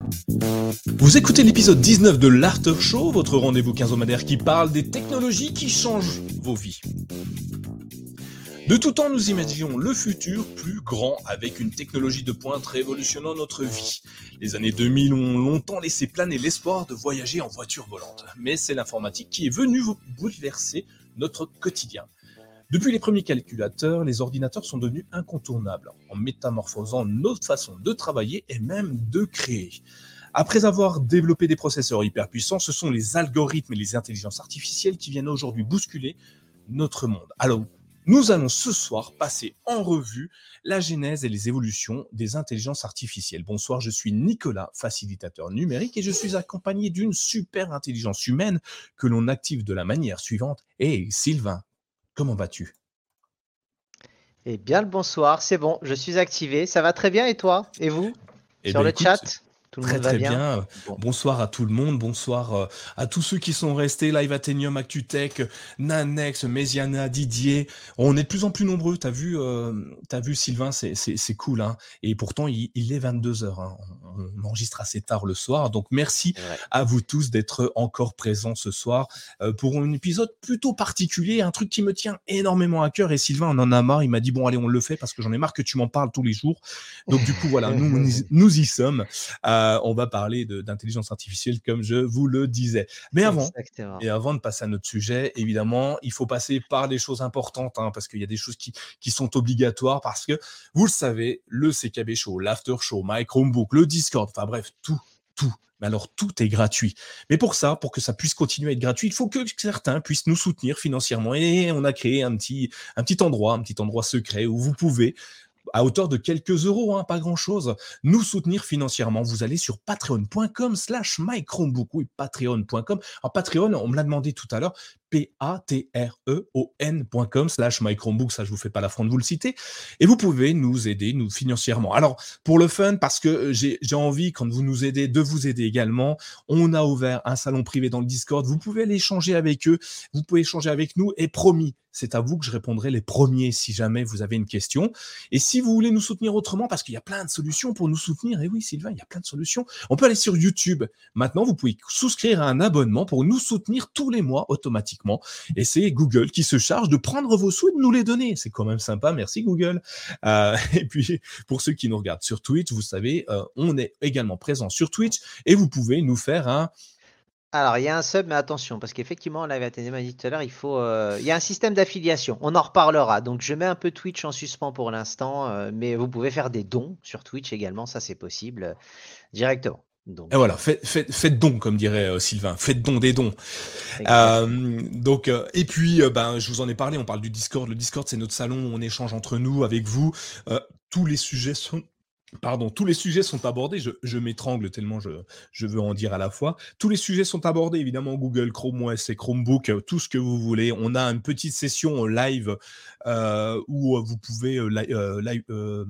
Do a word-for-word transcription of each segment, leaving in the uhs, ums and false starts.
Vous écoutez l'épisode dix-neuf de l'After Show, votre rendez-vous quinzomadaire qui parle des technologies qui changent vos vies. De tout temps, nous imaginions le futur plus grand avec une technologie de pointe révolutionnant notre vie. Les années deux mille ont longtemps laissé planer l'espoir de voyager en voiture volante. Mais c'est l'informatique qui est venue bouleverser notre quotidien. Depuis les premiers calculateurs, les ordinateurs sont devenus incontournables, en métamorphosant notre façon de travailler et même de créer. Après avoir développé des processeurs hyper puissants, ce sont les algorithmes et les intelligences artificielles qui viennent aujourd'hui bousculer notre monde. Alors, nous allons ce soir passer en revue la genèse et les évolutions des intelligences artificielles. Bonsoir, je suis Nicolas, facilitateur numérique, et je suis accompagné d'une super intelligence humaine que l'on active de la manière suivante. Et Sylvain, comment vas-tu ? Eh bien, le bonsoir, c'est bon, je suis activé, ça va très bien et toi ? Et vous ? Eh Sur ben, le écoute, chat ? Tout le Très monde va très bien, bien. bon. Bonsoir à tout le monde, bonsoir euh, à tous ceux qui sont restés, Live Athenium, ActuTech, Nanex, Méziana, Didier. On est de plus en plus nombreux, t'as vu, euh, t'as vu Sylvain, c'est, c'est, c'est cool. Hein. Et pourtant, il, il est vingt-deux heures, hein. on, on enregistre assez tard le soir. Donc merci à vous tous d'être encore présents ce soir euh, pour un épisode plutôt particulier, un truc qui me tient énormément à cœur. Et Sylvain, on en a marre, il m'a dit, bon allez, on le fait parce que j'en ai marre que tu m'en parles tous les jours. Donc du coup, voilà, nous, nous, nous y sommes. Euh, on va parler de, d'intelligence artificielle comme je vous le disais. Mais avant, Exactement. et avant de passer à notre sujet, évidemment, il faut passer par des choses importantes, hein, parce qu'il y a des choses qui, qui sont obligatoires, parce que, vous le savez, le C K B Show, l'After Show, My Chromebook, le Discord, enfin bref, tout, tout. Mais alors, tout est gratuit. Mais pour ça, pour que ça puisse continuer à être gratuit, il faut que certains puissent nous soutenir financièrement. Et on a créé un petit, un petit endroit, un petit endroit secret où vous pouvez, à hauteur de quelques euros, hein, pas grand-chose, nous soutenir financièrement. Vous allez sur patreon.com slash mychromebook, oui, patreon.com. Alors Patreon, on me l'a demandé tout à l'heure, P-A-T-R-E-O-N.com slash mychromebook, ça je vous fais pas l'affront de vous le citer, et vous pouvez nous aider, nous, financièrement. Alors, pour le fun, parce que j'ai, j'ai envie, quand vous nous aidez, de vous aider également, on a ouvert un salon privé dans le Discord, vous pouvez aller échanger avec eux, vous pouvez échanger avec nous, et promis, c'est à vous que je répondrai les premiers si jamais vous avez une question. Et si vous voulez nous soutenir autrement, parce qu'il y a plein de solutions pour nous soutenir, et oui Sylvain, il y a plein de solutions, on peut aller sur YouTube. Maintenant, vous pouvez souscrire à un abonnement pour nous soutenir tous les mois automatiquement. Et c'est Google qui se charge de prendre vos sous et de nous les donner. C'est quand même sympa, merci Google. Euh, et puis, pour ceux qui nous regardent sur Twitch, vous savez, euh, on est également présent sur Twitch et vous pouvez nous faire un... Alors, il y a un sub, mais attention, parce qu'effectivement, Live Athenium m'a dit tout à l'heure, il faut, euh, il y a un système d'affiliation. On en reparlera. Donc, je mets un peu Twitch en suspens pour l'instant, euh, mais vous pouvez faire des dons sur Twitch également. Ça, c'est possible euh, directement. Donc, Et voilà, faites, faites, faites don, comme dirait euh, Sylvain, faites don des dons. Euh, donc, euh, et puis, euh, ben, je vous en ai parlé, on parle du Discord. Le Discord, c'est notre salon où on échange entre nous, avec vous. Euh, tous les sujets sont... Pardon, tous les sujets sont abordés. Je, je m'étrangle tellement je, je veux en dire à la fois. Tous les sujets sont abordés, évidemment, Google, Chrome O S et Chromebook, tout ce que vous voulez. On a une petite session live euh, où vous pouvez... Euh, li- euh, live, euh,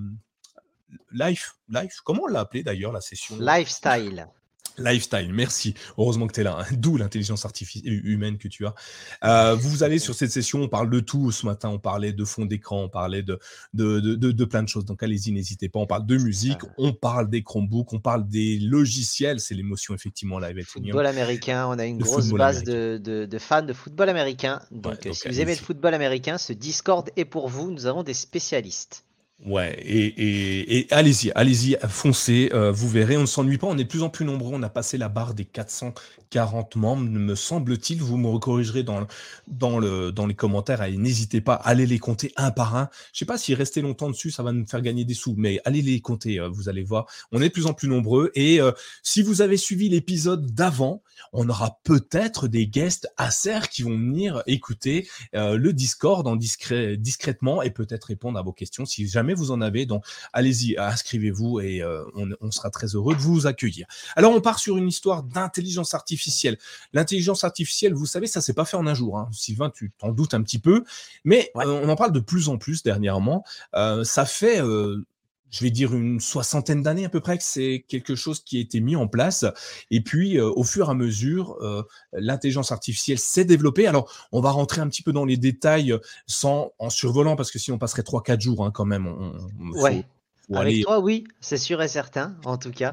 live, live, comment on l'a appelé d'ailleurs, la session Lifestyle. Lifestyle, merci. Heureusement que tu es là, hein. D'où l'intelligence artificielle humaine que tu as. Euh, vous allez sur cette session, on parle de tout. Ce matin, on parlait de fond d'écran, on parlait de, de, de, de, de plein de choses. Donc, allez-y, n'hésitez pas. On parle de musique, on parle des Chromebooks, on parle des logiciels. C'est l'émotion, effectivement, Live Athenium. Football américain, on a une grosse base de, de, de fans de football américain. Donc, ouais, donc si vous aimez le football américain, ce Discord est pour vous. Nous avons des spécialistes. Ouais, et, et, et allez-y, allez-y, foncez, euh, vous verrez, on ne s'ennuie pas, on est de plus en plus nombreux, on a passé la barre des quatre cent quarante membres, me semble-t-il, vous me corrigerez dans, dans, le, dans les commentaires, allez, n'hésitez pas, allez les compter un par un, je sais pas si rester longtemps dessus, ça va nous faire gagner des sous, mais allez les compter, euh, vous allez voir, on est de plus en plus nombreux, et euh, si vous avez suivi l'épisode d'avant, on aura peut-être des guests acer qui vont venir écouter euh, le Discord en discret, discrètement, et peut-être répondre à vos questions, si jamais vous en avez, donc allez-y, inscrivez-vous et euh, on, on sera très heureux de vous accueillir. Alors on part sur une histoire d'intelligence artificielle. L'intelligence artificielle, vous savez, ça s'est pas fait en un jour, hein. Sylvain, tu t'en doutes un petit peu, mais ouais. euh, on en parle de plus en plus dernièrement. Euh, ça fait... Euh, je vais dire une soixantaine d'années à peu près que c'est quelque chose qui a été mis en place. Et puis, euh, au fur et à mesure, euh, l'intelligence artificielle s'est développée. Alors, on va rentrer un petit peu dans les détails sans en survolant, parce que sinon on passerait trois quatre jours hein, quand même. On, on, ouais. faut, pour Avec aller. toi, oui, c'est sûr et certain, en tout cas.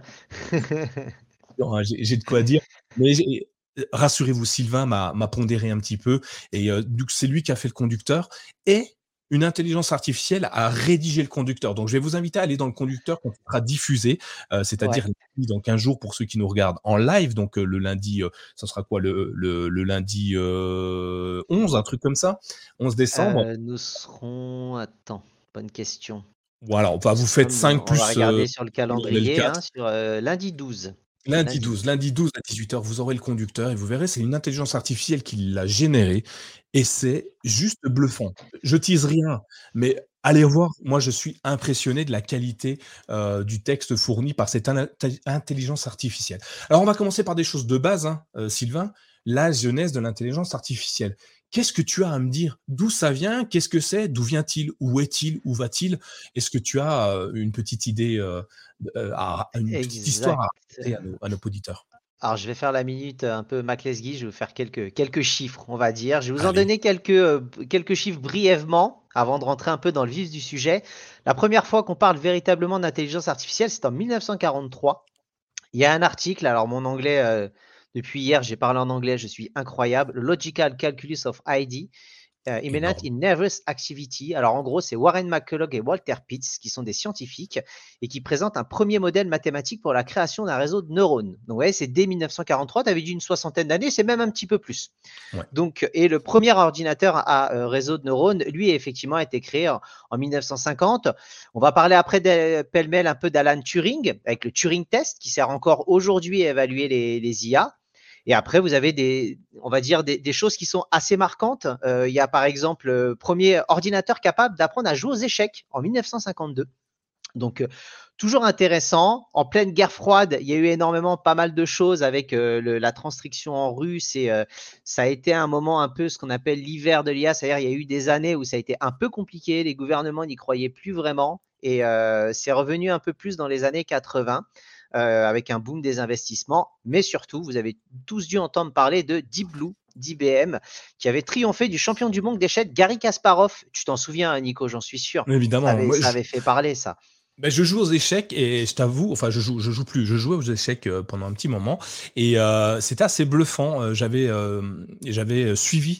Non, j'ai j'ai de quoi dire. Mais j'ai rassurez-vous, Sylvain m'a m'a pondéré un petit peu et heu, donc c'est lui qui a fait le conducteur et une intelligence artificielle a rédigé le conducteur. Donc je vais vous inviter à aller dans le conducteur quand il sera diffusé, heu, Ouais. c'est-à-dire dans quinze jours pour ceux qui nous regardent en live, donc heu, le lundi, heu, ça sera quoi? Le le le lundi, heu, onze, un truc comme ça? onze décembre. Heu, nous serons attends, bonne question. Voilà, enfin Nous vous faites sommes cinq on va plus, heu, regarder sur le on est le calendrier, hein, quatre. sur, heu, lundi douze. Lundi Lundi douze, douze. lundi douze à dix-huit heures, vous aurez le conducteur et vous verrez, c'est une intelligence artificielle qui l'a généré et c'est juste bluffant. Je tease rien, mais allez voir, moi je suis impressionné de la qualité, heu, du texte fourni par cette in intelli intelligence artificielle. Alors on va commencer par des choses de base, hein, heu, Sylvain, la genèse de l'intelligence artificielle. Qu'est-ce que tu as à me dire? D'où ça vient? Qu'est-ce que c'est? D'où vient-il? Où est-il? Où va-t-il? Est-ce que tu as, heu, une petite idée, heu, heu, à une petite histoire à Exact. raconter à nos à nos auditeurs? Alors je vais faire la minute, heu, un peu Mac Lesguy, je vais vous faire quelques quelques chiffres, on va dire. Je vais vous en Allez. donner quelques, heu, quelques chiffres brièvement, avant de rentrer un peu dans le vif du sujet. La première fois qu'on parle véritablement d'intelligence artificielle, c'est en mille neuf cent quarante-trois. Il y a un article, alors mon anglais, heu, depuis hier, j'ai parlé en anglais, je suis incroyable. Logical Calculus of I D, heu, Imminent Énorme. in Nervous Activity. Alors en gros, c'est Warren McCulloch et Walter Pitts qui sont des scientifiques et qui présentent un premier modèle mathématique pour la création d'un réseau de neurones. Donc vous voyez, c'est dès mille neuf cent quarante-trois, tu avais dit une soixantaine d'années, c'est même un petit peu plus. Ouais. Donc, et le premier ordinateur à euh, réseau de neurones, lui, a effectivement été créé en, en mille neuf cent cinquante. On va parler après de, pêle-mêle un peu d'Alan Turing, avec le Turing Test, qui sert encore aujourd'hui à évaluer les, les I A. Et après, vous avez des, on va dire, des, des choses qui sont assez marquantes. Euh, il y a par exemple le premier ordinateur capable d'apprendre à jouer aux échecs en mille neuf cent cinquante-deux. Donc, euh, toujours intéressant. En pleine guerre froide, il y a eu énormément, pas mal de choses avec euh, le, la transcription en russe et euh, ça a été un moment un peu ce qu'on appelle l'hiver de l'I A. C'est-à-dire, il y a eu des années où ça a été un peu compliqué. Les gouvernements n'y croyaient plus vraiment et euh, c'est revenu un peu plus dans les années quatre-vingts euh, avec un boom des investissements. Mais surtout, vous avez tous dû entendre parler de Deep Blue d'I B M, qui avait triomphé du champion du monde d'échecs Garry Kasparov. Tu t'en souviens, Nico, j'en suis sûr. Ça Évidemment, avait, moi ça je avait fait parler, ça. Bah, je joue aux échecs et je t'avoue, enfin je joue je joue plus, je jouais aux échecs, heu, pendant un petit moment et heu, c'était assez bluffant, heu, j'avais, hem, j'avais suivi,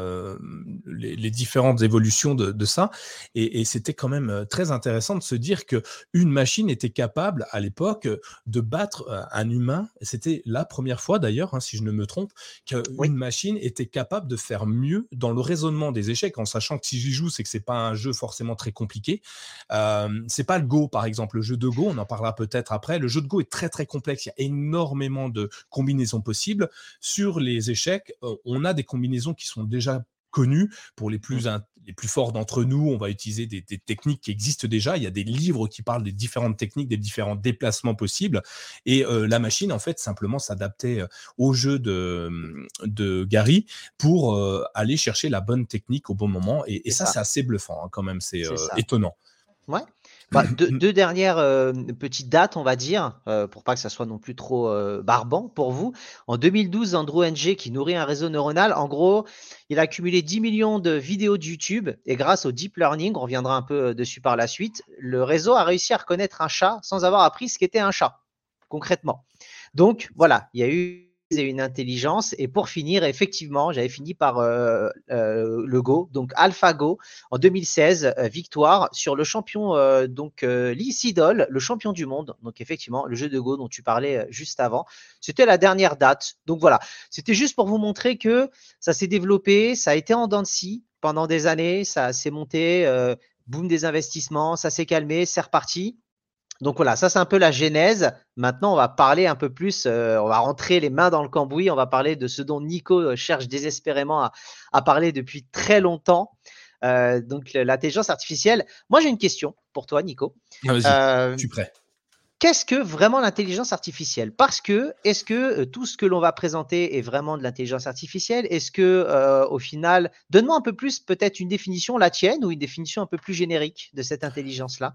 hem, les les différentes évolutions de de ça et et c'était quand même, heu, très intéressant de se dire qu'une machine était capable à l'époque, heu, de battre, heu, un humain. C'était la première fois d'ailleurs, hein, si je ne me trompe, Oui, qu'une machine était capable de faire mieux dans le raisonnement des échecs, en sachant que si j'y joue, c'est que c'est pas un jeu forcément très compliqué. Euh, c'est pas le Go, par exemple. Le jeu de Go, on en parlera peut-être après. Le jeu de Go est très très complexe. Il y a énormément de combinaisons possibles. Sur les échecs, euh, on a des combinaisons qui sont déjà connues pour les mm, plus in- les plus forts d'entre nous. On va utiliser des, des techniques qui existent déjà. Il y a des livres qui parlent des différentes techniques, des différents déplacements possibles. Et euh, la machine, en fait, simplement s'adaptait euh, au jeu de, de Gary pour euh, aller chercher la bonne technique au bon moment. Et, et c'est ça, c'est ça, assez bluffant hein, quand même. C'est c'est euh, ça. étonnant. Ouais. Bah, deux, deux dernières euh, petites dates, on va dire, euh, pour pas que ça soit non plus trop euh, barbant pour vous. En deux mille douze, Andrew Ng, qui nourrit un réseau neuronal, en gros, il a accumulé dix millions de vidéos de YouTube et grâce au deep learning, on reviendra un peu euh, dessus par la suite, le réseau a réussi à reconnaître un chat sans avoir appris ce qu'était un chat, concrètement. Donc voilà, il y a eu une intelligence. Et pour finir, effectivement, j'avais fini par euh, euh, le Go, donc AlphaGo en deux mille seize, euh, victoire sur le champion euh, donc euh, Lee Sedol, le champion du monde. Donc effectivement, le jeu de Go dont tu parlais euh, juste avant, c'était la dernière date. Donc voilà, c'était juste pour vous montrer que ça s'est développé, ça a été en dents de scie pendant des années, ça s'est monté, euh, boom des investissements, ça s'est calmé, c'est reparti. Donc voilà, ça c'est un peu la genèse. Maintenant, on va parler un peu plus, euh, on va rentrer les mains dans le cambouis, on va parler de ce dont Nico euh, cherche désespérément à, à parler depuis très longtemps. Euh, donc l'intelligence artificielle. Moi, j'ai une question pour toi, Nico. Ah, vas-y, Euh, je suis prêt. Qu'est-ce que vraiment l'intelligence artificielle? Parce que est-ce que euh, tout ce que l'on va présenter est vraiment de l'intelligence artificielle? Est-ce que euh, au final, donne-moi un peu plus peut-être une définition, la tienne, ou une définition un peu plus générique de cette intelligence-là.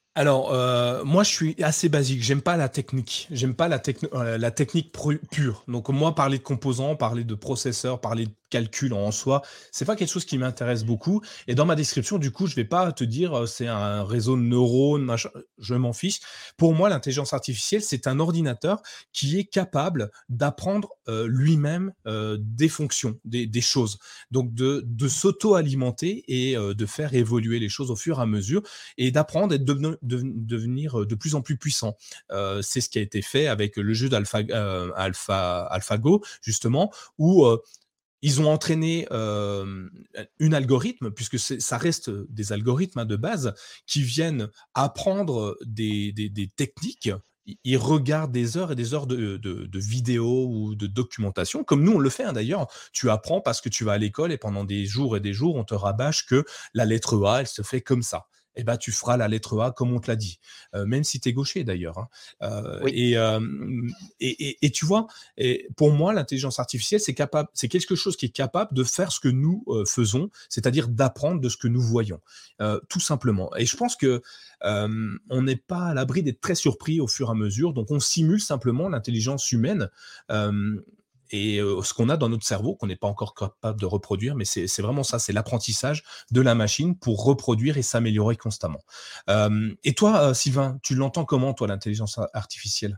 Alors, euh, moi, je suis assez basique. J'aime pas la technique. J'aime pas la, techno- euh, la technique pru- pure. Donc, moi, parler de composants, parler de processeurs, parler de calcul en soi, c'est pas quelque chose qui m'intéresse beaucoup. Et dans ma description, du coup, je vais pas te dire euh, c'est un réseau de neurones, machin. Je m'en fiche. Pour moi, l'intelligence artificielle, c'est un ordinateur qui est capable d'apprendre euh, lui-même euh, des fonctions, des, des choses. Donc, de, de s'auto-alimenter et euh, de faire évoluer les choses au fur et à mesure et d'apprendre et de devenir, de, devenir de plus en plus puissant. Euh, c'est ce qui a été fait avec le jeu d'Alpha, euh, Alpha, AlphaGo, justement, où euh, ils ont entraîné euh, une algorithme, puisque ça reste des algorithmes hein, de base, qui viennent apprendre des, des, des techniques. Ils regardent des heures et des heures de, de, de vidéos ou de documentation, comme nous on le fait hein, d'ailleurs. Tu apprends parce que tu vas à l'école et pendant des jours et des jours, on te rabâche que la lettre A, elle se fait comme ça. Eh ben, tu feras la lettre A comme on te l'a dit, euh, même si tu es gaucher d'ailleurs. Hein. Euh, Oui. et, euh, et, et, et tu vois, et pour moi, l'intelligence artificielle, c'est capable, c'est quelque chose qui est capable de faire ce que nous euh, faisons, c'est-à-dire d'apprendre de ce que nous voyons, euh, tout simplement. Et je pense que euh, on n'est pas à l'abri d'être très surpris au fur et à mesure. Donc, on simule simplement l'intelligence humaine. Euh, et euh, ce qu'on a dans notre cerveau, qu'on n'est pas encore capable de reproduire, mais c'est c'est vraiment ça, c'est l'apprentissage de la machine pour reproduire et s'améliorer constamment. Euh, et toi, euh, Sylvain, tu l'entends comment, toi, l'intelligence artificielle?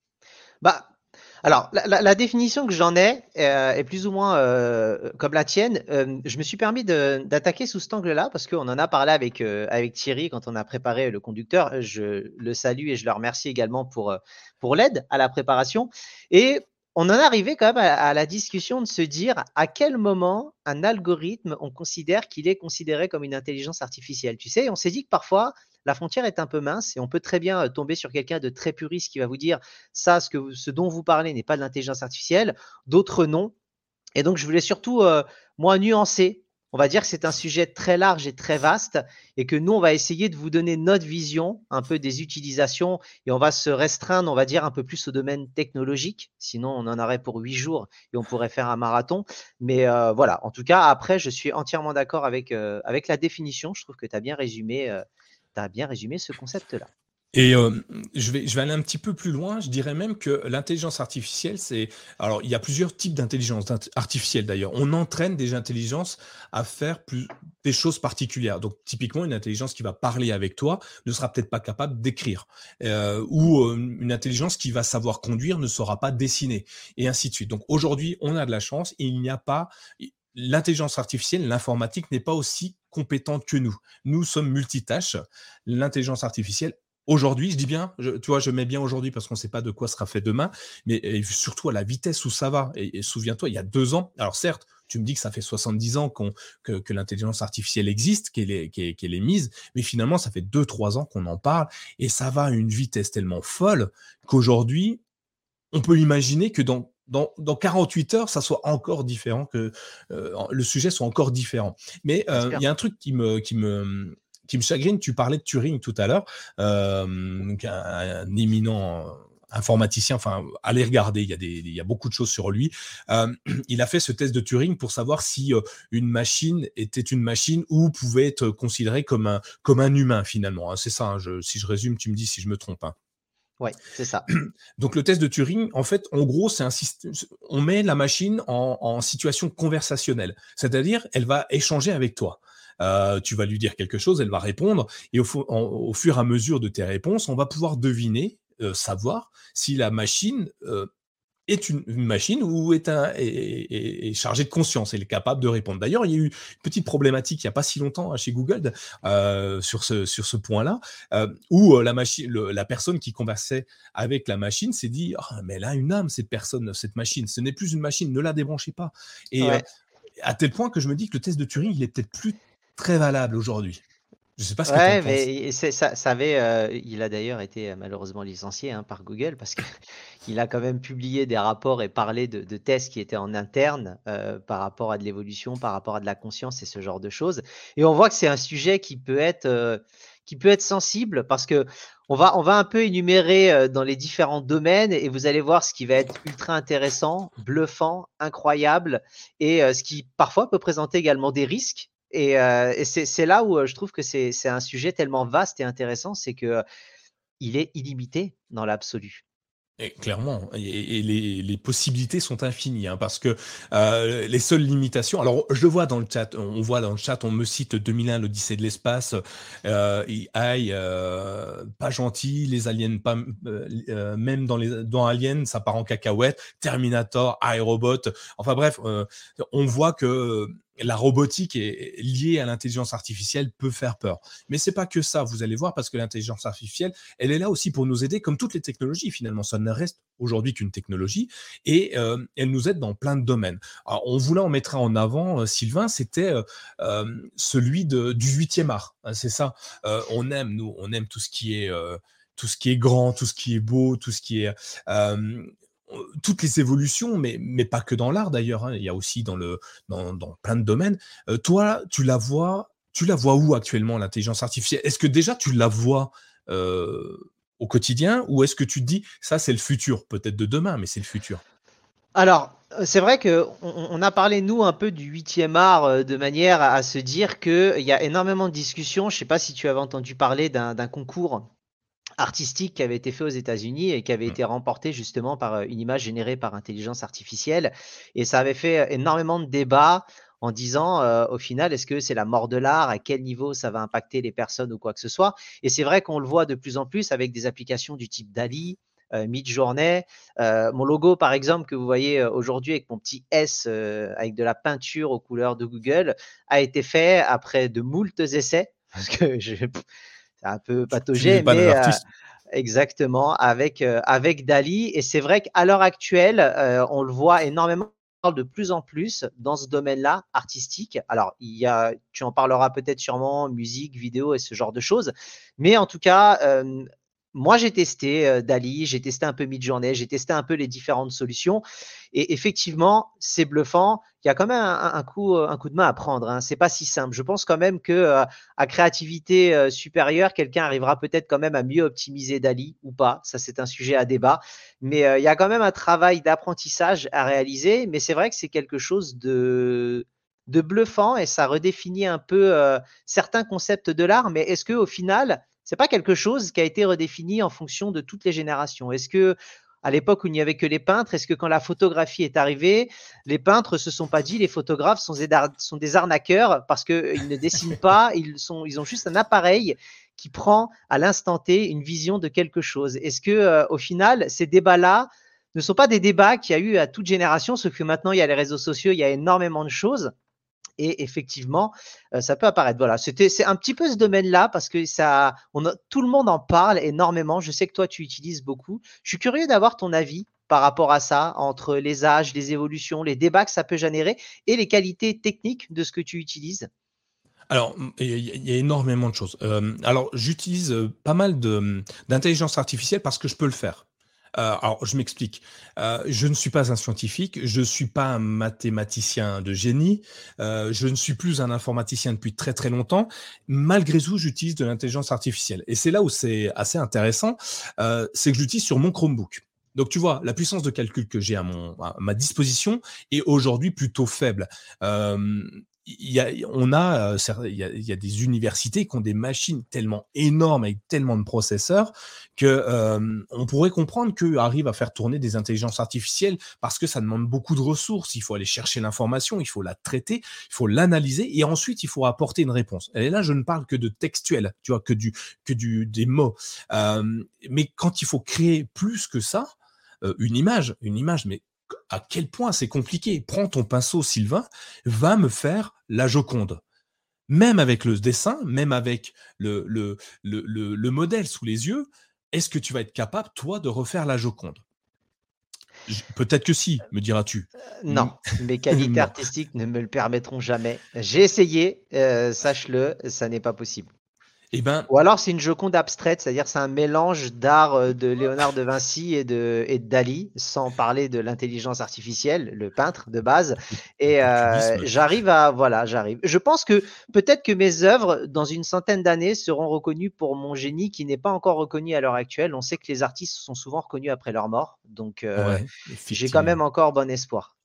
Bah, alors, la, la- la définition que j'en ai euh, est plus ou moins euh, comme la tienne. Euh, je me suis permis de- d'attaquer sous cet angle-là parce qu'on en a parlé avec, euh, avec Thierry quand on a préparé le conducteur. Je le salue et je le remercie également pour, euh, pour l'aide à la préparation. Et on en est arrivé quand même à, à la discussion de se dire à quel moment un algorithme, on considère qu'il est considéré comme une intelligence artificielle. Tu sais, on s'est dit que parfois, la frontière est un peu mince et on peut très bien euh, tomber sur quelqu'un de très puriste qui va vous dire ça, ce, que, ce dont vous parlez n'est pas de l'intelligence artificielle, d'autres non. Et donc, je voulais surtout, euh, moi, nuancer. On va dire que c'est un sujet très large et très vaste et que nous, on va essayer de vous donner notre vision un peu des utilisations et on va se restreindre, on va dire, un peu plus au domaine technologique. Sinon, on en aurait pour huit jours et on pourrait faire un marathon. Mais euh, voilà, en tout cas, après, je suis entièrement d'accord avec, euh, avec la définition. Je trouve que tu as bien résumé, euh, tu bien résumé ce concept-là. Et euh, je vais, je vais aller un petit peu plus loin. Je dirais même que l'intelligence artificielle, c'est... Alors, il y a plusieurs types d'intelligence d'int- artificielle d'ailleurs. On entraîne des intelligences à faire plus, des choses particulières. Donc, typiquement, une intelligence qui va parler avec toi ne sera peut-être pas capable d'écrire. Euh, ou euh, une intelligence qui va savoir conduire ne saura pas dessiner. Et ainsi de suite. Donc, aujourd'hui, on a de la chance et il n'y a pas... L'intelligence artificielle, l'informatique n'est pas aussi compétente que nous. Nous sommes multitâches. L'intelligence artificielle aujourd'hui, je dis bien, je, tu vois, je mets bien aujourd'hui parce qu'on ne sait pas de quoi sera fait demain, mais et surtout à la vitesse où ça va. Et, et souviens-toi, il y a deux ans, alors certes, tu me dis que ça fait soixante-dix ans qu'on, que, que l'intelligence artificielle existe, qu'elle est, qu'elle, qu'elle est mise, mais finalement, ça fait deux, trois ans qu'on en parle et ça va à une vitesse tellement folle qu'aujourd'hui, on peut imaginer que dans dans, dans quarante-huit heures, ça soit encore différent, que euh, le sujet soit encore différent. Mais euh, il J'espère. y a un truc qui me, qui me, qui me chagrine. Tu parlais de Turing tout à l'heure, euh, un, un éminent informaticien. Enfin, allez regarder, il y a des, il y a beaucoup de choses sur lui. Euh, il a fait ce test de Turing pour savoir si euh, une machine était une machine ou pouvait être considérée comme un, comme un humain finalement. Hein, c'est ça. Hein, je, si je résume, tu me dis si je me trompe. Hein. Oui, c'est ça. Donc le test de Turing, en fait, en gros, c'est un système. On met la machine en, en situation conversationnelle, c'est-à-dire elle va échanger avec toi. Euh, tu vas lui dire quelque chose, elle va répondre, et au, en, au fur et à mesure de tes réponses, on va pouvoir deviner, euh, savoir si la machine euh, est une, une machine ou est, un, est, est, est chargée de conscience, elle est capable de répondre. D'ailleurs, il y a eu une petite problématique il n'y a pas si longtemps hein, chez Google euh, sur ce, sur ce point-là, euh, où euh, la, machine, le, la personne qui conversait avec la machine s'est dit oh, mais elle a une âme, cette personne, cette machine, ce n'est plus une machine, ne la débranchez pas. Et euh, Ouais. à tel point que je me dis que le test de Turing, il est peut-être plus très valable aujourd'hui. Je ne sais pas ce que tu en Ouais, penses. mais c'est ça, ça avait, euh, il a d'ailleurs été euh, malheureusement licencié hein, par Google parce que il a quand même publié des rapports et parlé de, de tests qui étaient en interne euh, par rapport à de l'évolution, par rapport à de la conscience et ce genre de choses. Et on voit que c'est un sujet qui peut être, euh, qui peut être sensible parce que on va, on va un peu énumérer euh, dans les différents domaines et vous allez voir ce qui va être ultra intéressant, bluffant, incroyable et euh, ce qui parfois peut présenter également des risques. Et, euh, et c'est c'est là où euh, je trouve que c'est c'est un sujet tellement vaste et intéressant, c'est que euh, il est illimité dans l'absolu. Et clairement, et, et les, les possibilités sont infinies, hein, parce que euh, les seules limitations. Alors, je le vois dans le chat. On voit dans le chat, on me cite deux mille un, l'Odyssée de l'espace, euh, A I, euh, pas gentil, les aliens, pas euh, euh, même dans les dans Alien, ça part en cacahuète. Terminator, iRobot. Enfin bref, euh, on voit que la robotique est liée à l'intelligence artificielle peut faire peur. Mais c'est pas que ça. Vous allez voir, parce que l'intelligence artificielle, elle est là aussi pour nous aider, comme toutes les technologies finalement. Ça ne reste aujourd'hui qu'une technologie et euh, elle nous aide dans plein de domaines. Alors, on voulait en mettre en avant, euh, Sylvain, c'était euh, euh, celui de, du huitième art. Hein, c'est ça. Euh, on aime, nous, on aime tout ce qui est euh, tout ce qui est grand, tout ce qui est beau, tout ce qui est euh, toutes les évolutions, mais, mais pas que dans l'art d'ailleurs. Hein. Il y a aussi dans, le, dans, dans plein de domaines. Euh, toi, tu la vois, tu la vois où actuellement, l'intelligence artificielle? Est-ce que déjà tu la vois euh, au quotidien, ou est-ce que tu te dis ça c'est le futur, peut-être de demain, mais c'est le futur? Alors, euh, c'est vrai que on, on a parlé, nous, un peu du huitième art euh, de manière à, à se dire qu'il y a énormément de discussions. Je ne sais pas si tu avais entendu parler d'un d'un concours artistique qui avait été fait aux États-Unis et qui avait Mm. été remporté justement par euh, une image générée par intelligence artificielle. Et ça avait fait énormément de débats en disant, euh, au final, est-ce que c'est la mort de l'art? À quel niveau ça va impacter les personnes ou quoi que ce soit? Et c'est vrai qu'on le voit de plus en plus avec des applications du type Dali, euh, Midjourney. Euh, mon logo, par exemple, que vous voyez euh, aujourd'hui avec mon petit S euh, avec de la peinture aux couleurs de Google, a été fait après de moultes essais. Parce que je, c'est un peu Tu, tu n'es pataugé, pas un mais euh, artiste. exactement, avec, euh, avec Dali. Et c'est vrai qu'à l'heure actuelle, euh, on le voit énormément, on parle de plus en plus dans ce domaine-là, artistique. Alors, il y a, tu en parleras peut-être sûrement, musique, vidéo et ce genre de choses. Mais en tout cas, euh, moi, j'ai testé euh, Dali, j'ai testé un peu Midjourney, j'ai testé un peu les différentes solutions. Et effectivement, c'est bluffant. Il y a quand même un, un coup, un coup de main à prendre. Hein. C'est pas si simple. Je pense quand même que euh, à créativité euh, supérieure, quelqu'un arrivera peut-être quand même à mieux optimiser Dali ou pas. Ça, c'est un sujet à débat. Mais euh, il y a quand même un travail d'apprentissage à réaliser. Mais c'est vrai que c'est quelque chose de, de bluffant et ça redéfinit un peu euh, certains concepts de l'art. Mais est-ce que au final, c'est pas quelque chose qui a été redéfini en fonction de toutes les générations? Est-ce que à l'époque où il n'y avait que les peintres, est-ce que quand la photographie est arrivée, les peintres se sont pas dit les photographes sont des, sont des arnaqueurs parce qu'ils ne dessinent pas, ils, sont, ils ont juste un appareil qui prend à l'instant T une vision de quelque chose. Est-ce que euh, au final, ces débats-là ne sont pas des débats qu'il y a eu à toute génération, sauf que maintenant il y a les réseaux sociaux, il y a énormément de choses. Et effectivement, euh, ça peut apparaître. Voilà, c'était, c'est un petit peu ce domaine-là parce que ça, on a, tout le monde en parle énormément. Je sais que toi, tu utilises beaucoup. Je suis curieux d'avoir ton avis par rapport à ça, entre les âges, les évolutions, les débats que ça peut générer et les qualités techniques de ce que tu utilises. Alors, il y, a il y a énormément de choses. Euh, alors, j'utilise euh, pas mal de, d'intelligence artificielle parce que je peux le faire. Euh, alors, je m'explique. Euh, je ne suis pas un scientifique, je ne suis pas un mathématicien de génie, euh, je ne suis plus un informaticien depuis très très longtemps. Malgré tout, j'utilise de l'intelligence artificielle. Et c'est là où c'est assez intéressant, euh, c'est que je l'utilise sur mon Chromebook. Donc, tu vois, la puissance de calcul que j'ai à, mon, à ma disposition est aujourd'hui plutôt faible. Euh, il y a, on a, euh, il y a, il y a des universités qui ont des machines tellement énormes avec tellement de processeurs que euh, on pourrait comprendre qu'eux arrivent à faire tourner des intelligences artificielles parce que ça demande beaucoup de ressources. Il faut aller chercher l'information, il faut la traiter, il faut l'analyser et ensuite il faut apporter une réponse. Et là, je ne parle que de textuel, tu vois, que du, que du, des mots. Euh, mais quand il faut créer plus que ça, euh, une image, une image, mais à quel point c'est compliqué. Prends ton pinceau, Sylvain, va me faire la Joconde. Même avec le dessin, même avec le, le, le, le, le modèle sous les yeux, est-ce que tu vas être capable, toi, de refaire la Joconde? Peut-être que si, me diras-tu. Non, mes qualités Non. artistiques ne me le permettront jamais. J'ai essayé, euh, sache-le, ça n'est pas possible. Eh ben, Ou alors c'est une Joconde abstraite, c'est-à-dire c'est un mélange d'art euh, de Léonard de Vinci et de, et de Dali, sans parler de l'intelligence artificielle, le peintre de base. le Et euh, cubisme. j'arrive à, voilà, j'arrive. Je pense que peut-être que mes œuvres, dans une centaine d'années, seront reconnues pour mon génie qui n'est pas encore reconnu à l'heure actuelle. On sait que les artistes sont souvent reconnus après leur mort, donc euh, Ouais, j'ai quand même effectivement. encore bon espoir.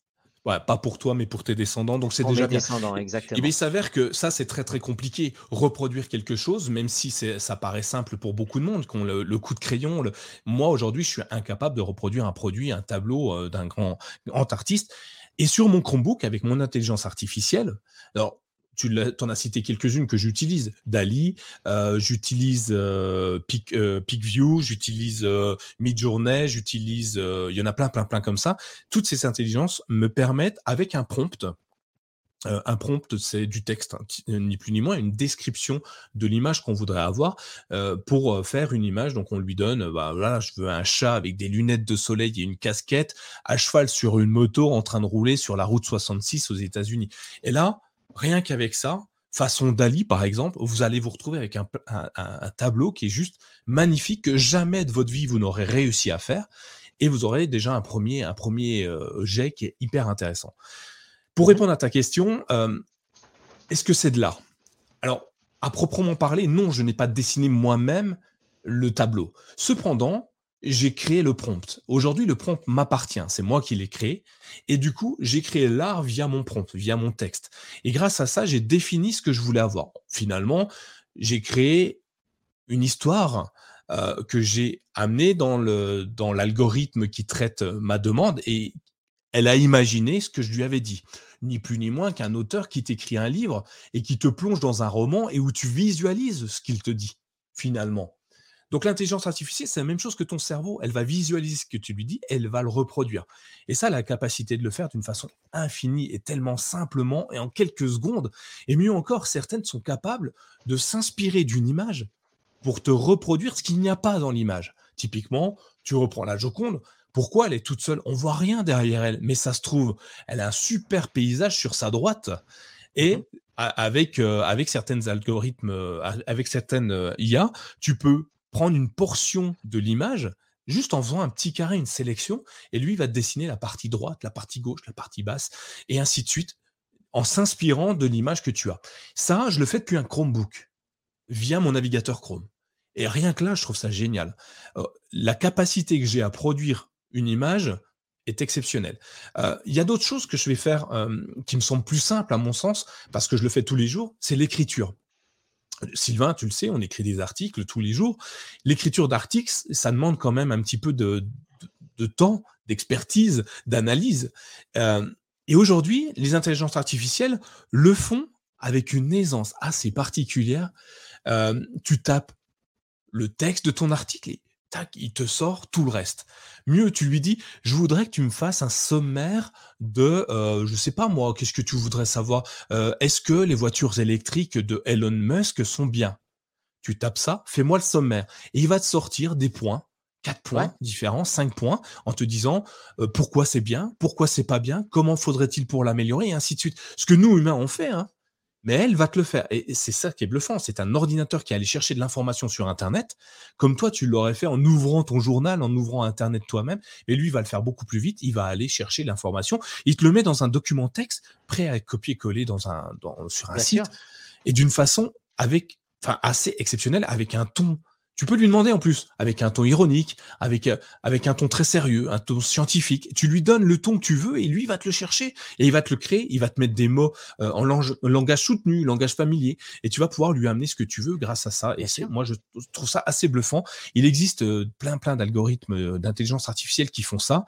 Ouais, pas pour toi, mais pour tes descendants, donc c'est Pour mes déjà bien. descendants, Et et beh, il exactement. s'avère que ça, c'est très, très compliqué. Reproduire quelque chose, même si c'est ça paraît simple pour beaucoup de monde, qui ont le le coup de crayon, le moi, aujourd'hui, je suis incapable de reproduire un produit, un tableau, heu, d'un grand grand artiste et sur mon Chromebook, avec mon intelligence artificielle, alors tu l'as tu en as cité quelques-unes que j'utilise, Dall-E, heu, j'utilise, heu, Pic heu, PicView, j'utilise, heu, Midjourney, j'utilise, heu, il y en a plein, plein, plein comme ça. Toutes ces intelligences me permettent, avec un prompt, heu, un prompt, c'est du texte, hein, ti ni plus ni moins, une description de l'image qu'on voudrait avoir, heu, pour, heu, faire une image. Donc on lui donne, heu, bah, voilà, je veux un chat avec des lunettes de soleil et une casquette, à cheval sur une moto, en train de rouler sur la route soixante-six aux États-Unis. Et là, rien qu'avec ça, façon Dall-E, par exemple, vous allez vous retrouver avec un p un un un tableau qui est juste magnifique, que jamais de votre vie vous n'aurez réussi à faire et vous aurez déjà un premier un premier heu, jet qui est hyper intéressant. Pour Mmh. répondre à ta question, hem, est-ce que c'est de l'art? Alors, à proprement parler, non, je n'ai pas dessiné moi-même le tableau. Cependant, j'ai créé le prompt. Aujourd'hui, le prompt m'appartient, c'est moi qui l'ai créé et du coup, j'ai créé l'art via mon prompt, via mon texte et grâce à ça, j'ai défini ce que je voulais avoir. Finalement, j'ai créé une histoire, heu, que j'ai amenée dans le dans l'algorithme qui traite, heu, ma demande et elle a imaginé ce que je lui avais dit. Ni plus ni moins qu'un auteur qui t'écrit un livre et qui te plonge dans un roman et où tu visualises ce qu'il te dit, finalement. Donc l'intelligence artificielle, c'est la même chose que ton cerveau. Elle va visualiser ce que tu lui dis, elle va le reproduire. Et ça, la capacité de le faire d'une façon infinie et tellement simplement et en quelques secondes. Et mieux encore, certaines sont capables de s'inspirer d'une image pour te reproduire ce qu'il n'y a pas dans l'image. Typiquement, tu reprends la Joconde. Pourquoi elle est toute seule? On voit rien derrière elle, mais ça se trouve, elle a un super paysage sur sa droite Mmh. et a- avec euh, avec certaines algorithmes, euh, a- avec certaines euh, I A, tu peux prendre une portion de l'image juste en faisant un petit carré, une sélection, et lui il va te dessiner la partie droite, la partie gauche, la partie basse, et ainsi de suite, en s'inspirant de l'image que tu as. Ça, je le fais depuis un Chromebook via mon navigateur Chrome. Et rien que là, je trouve ça génial. Heu, la capacité que j'ai à produire une image est exceptionnelle. Heu, il y a d'autres choses que je vais faire, hem, qui me semblent plus simples à mon sens, parce que je le fais tous les jours, c'est l'écriture. Sylvain, tu le sais, on écrit des articles tous les jours. L'écriture d'articles, ça demande quand même un petit peu de de de temps, d'expertise, d'analyse. Hem Et aujourd'hui, les intelligences artificielles le font avec une aisance assez particulière. Hem, tu tapes le texte de ton article et tac, il te sort tout le reste. Mieux, tu lui dis: «Je voudrais que tu me fasses un sommaire de, heu, je sais pas moi, qu'est-ce que tu voudrais savoir? Heu, est-ce que les voitures électriques de Elon Musk sont bien?» Tu tapes ça, fais-moi le sommaire et il va te sortir des points, quatre Ouais, points différents, cinq points en te disant, heu, pourquoi c'est bien, pourquoi c'est pas bien, comment faudrait-il pour l'améliorer et ainsi de suite. Ce que nous humains on fait, hein, mais elle va te le faire et et c'est ça qui est bluffant. C'est un ordinateur qui est allé chercher de l'information sur internet, comme toi tu l'aurais fait en ouvrant ton journal, en ouvrant internet toi-même et lui il va le faire beaucoup plus vite. Il va aller chercher l'information, il te le met dans un document texte prêt à être copié-collé dans un dans sur un bien sûr. site et d'une façon avec enfin assez exceptionnelle, avec un ton tu peux lui demander en plus, avec un ton ironique, avec, heu, avec un ton très sérieux, un ton scientifique. Tu lui donnes le ton que tu veux et lui il va te le chercher et il va te le créer, il va te mettre des mots, heu, en lange langage soutenu, langage familier et tu vas pouvoir lui amener ce que tu veux grâce à ça et Bien c'est sûr. moi je trouve ça assez bluffant. Il existe, heu, plein, plein d'algorithmes, heu, d'intelligence artificielle qui font ça.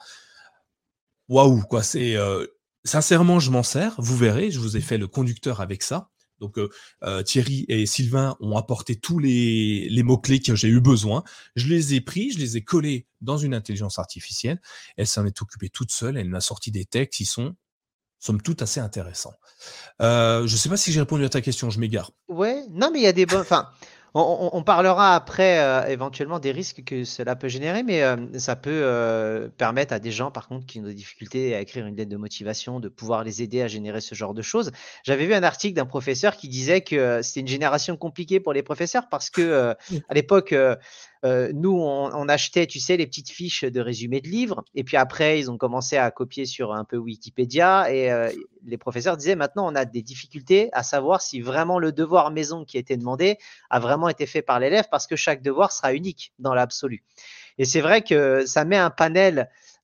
Waouh, quoi, c'est, heu, sincèrement, je m'en sers, vous verrez, je vous ai fait le conducteur avec ça. Donc, heu heu, Thierry et Sylvain ont apporté tous les les mots-clés que j'ai eu besoin. Je les ai pris, je les ai collés dans une intelligence artificielle. Elle s'en est occupée toute seule, elle m'a sorti des textes qui sont, somme toute, assez intéressants. Heu, je ne sais pas si j'ai répondu à ta question, je m'égare. Ouais, non, mais il y a des bonnes. Enfin, on, on- on parlera après euh, éventuellement des risques que cela peut générer, mais euh, ça peut euh, permettre à des gens, par contre, qui ont des difficultés à écrire une lettre de motivation, de pouvoir les aider à générer ce genre de choses. J'avais vu un article d'un professeur qui disait que euh, c'était une génération compliquée pour les professeurs parce que euh, à l'époque, euh, euh, nous, on, on achetait, tu sais, les petites fiches de résumé de livres, et puis après, ils ont commencé à copier sur un peu Wikipédia, et euh, les professeurs disaient maintenant, on a des difficultés à savoir si vraiment le devoir maison qui a été demandé a vraiment été fait par l'élève parce que chaque devoir sera unique dans l'absolu. Et c'est vrai que ça met un panel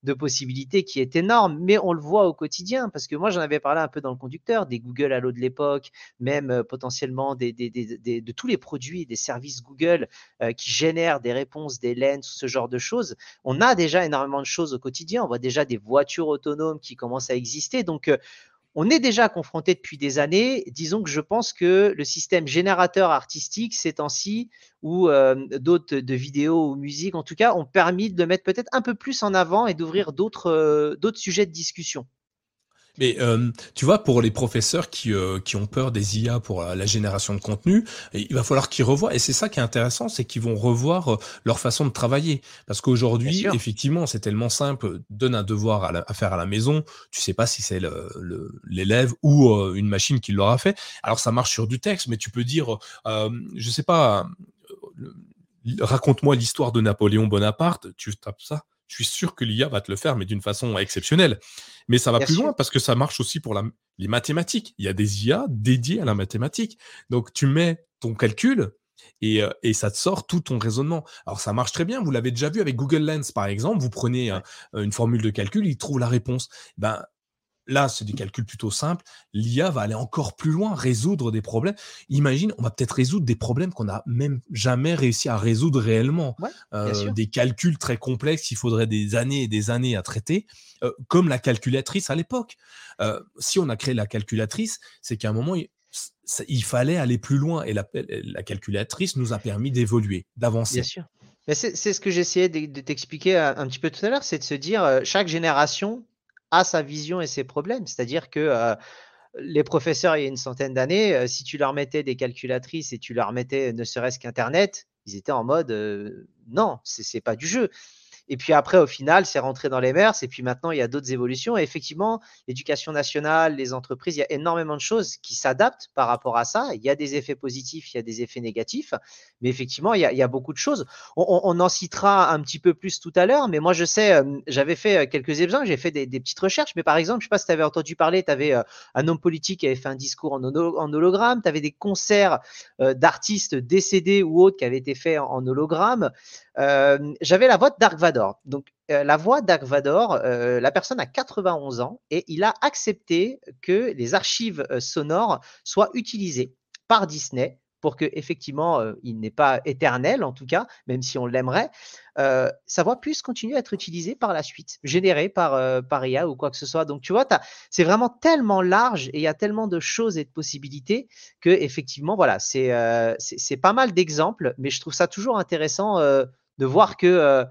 de possibilités qui est énorme, mais on le voit au quotidien, parce que moi, j'en avais parlé un peu dans le conducteur, des Google Allo de l'époque, même euh, potentiellement des, des, des, des, de tous les produits, des services Google euh, qui génèrent des réponses, des lens, ce genre de choses. On a déjà énormément de choses au quotidien. On voit déjà des voitures autonomes qui commencent à exister. Donc, euh, on est déjà confronté depuis des années. Disons que je pense que le système générateur artistique ces temps-ci, ou euh, d'autres de vidéos ou musique, en tout cas, ont permis de le mettre peut-être un peu plus en avant et d'ouvrir d'autres euh, d'autres sujets de discussion. Mais euh, tu vois, pour les professeurs qui, euh, qui ont peur des I A pour la, la génération de contenu, il va falloir qu'ils revoient. Et c'est ça qui est intéressant, c'est qu'ils vont revoir euh, leur façon de travailler. Parce Bien qu'aujourd'hui, sûr. effectivement, c'est tellement simple. Donne un devoir à, la- à faire à la maison. Tu sais pas si c'est le- le- l'élève ou euh, une machine qui l'aura fait. Alors ça marche sur du texte, mais tu peux dire, euh, je sais pas, euh, le- raconte-moi l'histoire de Napoléon Bonaparte. Tu tapes ça. Je suis sûr que l'I A va te le faire, mais d'une façon exceptionnelle. Mais ça va Bien plus sûr. loin parce que ça marche aussi pour la, les mathématiques. Il y a des I A dédiées à la mathématique. Donc, tu mets ton calcul et, euh, et ça te sort tout ton raisonnement. Alors, ça marche très bien. Vous l'avez déjà vu avec Google Lens, par exemple. Vous prenez euh, Ouais. une formule de calcul, il trouve la réponse. Ben, là, c'est des calculs plutôt simples. L'I A va aller encore plus loin, résoudre des problèmes. Imagine, on va peut-être résoudre des problèmes qu'on n'a même jamais réussi à résoudre réellement. Ouais, bien Euh, sûr. des calculs très complexes qu'il faudrait des années et des années à traiter, euh, comme la calculatrice à l'époque. Euh, si on a créé la calculatrice, c'est qu'à un moment, il, il fallait aller plus loin. Et la, la calculatrice nous a permis d'évoluer, Bien d'avancer. sûr. Mais c'est c'est ce que j'essayais de, de t'expliquer un, un petit peu tout à l'heure, c'est de se dire, euh, chaque génération a sa vision et ses problèmes. C'est-à-dire que euh, les professeurs, il y a une centaine d'années, euh, si tu leur mettais des calculatrices et tu leur mettais ne serait-ce qu'Internet, ils étaient en mode euh, non, c'est c'est pas du jeu. Et puis après, au final, c'est rentré dans les mœurs. Et puis maintenant, il y a d'autres évolutions. Et effectivement, l'éducation nationale, les entreprises, il y a énormément de choses qui s'adaptent par rapport à ça. Il y a des effets positifs, il y a des effets négatifs. Mais effectivement, il y a, il y a beaucoup de choses. On, on, en citera un petit peu plus tout à l'heure. Mais moi, je sais, euh, j'avais fait quelques exemples, j'ai fait des, des, petites recherches. Mais par exemple, je ne sais pas si tu avais entendu parler, tu avais euh, un homme politique qui avait fait un discours en, en hologramme. Tu avais des concerts euh, d'artistes décédés ou autres qui avaient été faits en, en hologramme. Euh, j'avais la voix de Dark Vador. Donc, euh, la voix de Dark Vador, euh, la personne a quatre-vingt-onze ans et il a accepté que les archives euh, sonores soient utilisées par Disney pour que effectivement euh, il n'est pas éternel en tout cas, même si on l'aimerait, euh, sa voix puisse continuer à être utilisée par la suite, générée par, euh, par I A ou quoi que ce soit. Donc tu vois, c'est vraiment tellement large et il y a tellement de choses et de possibilités que effectivement, voilà, c'est euh, c'est pas mal d'exemples, mais je trouve ça toujours intéressant euh, de voir que euh,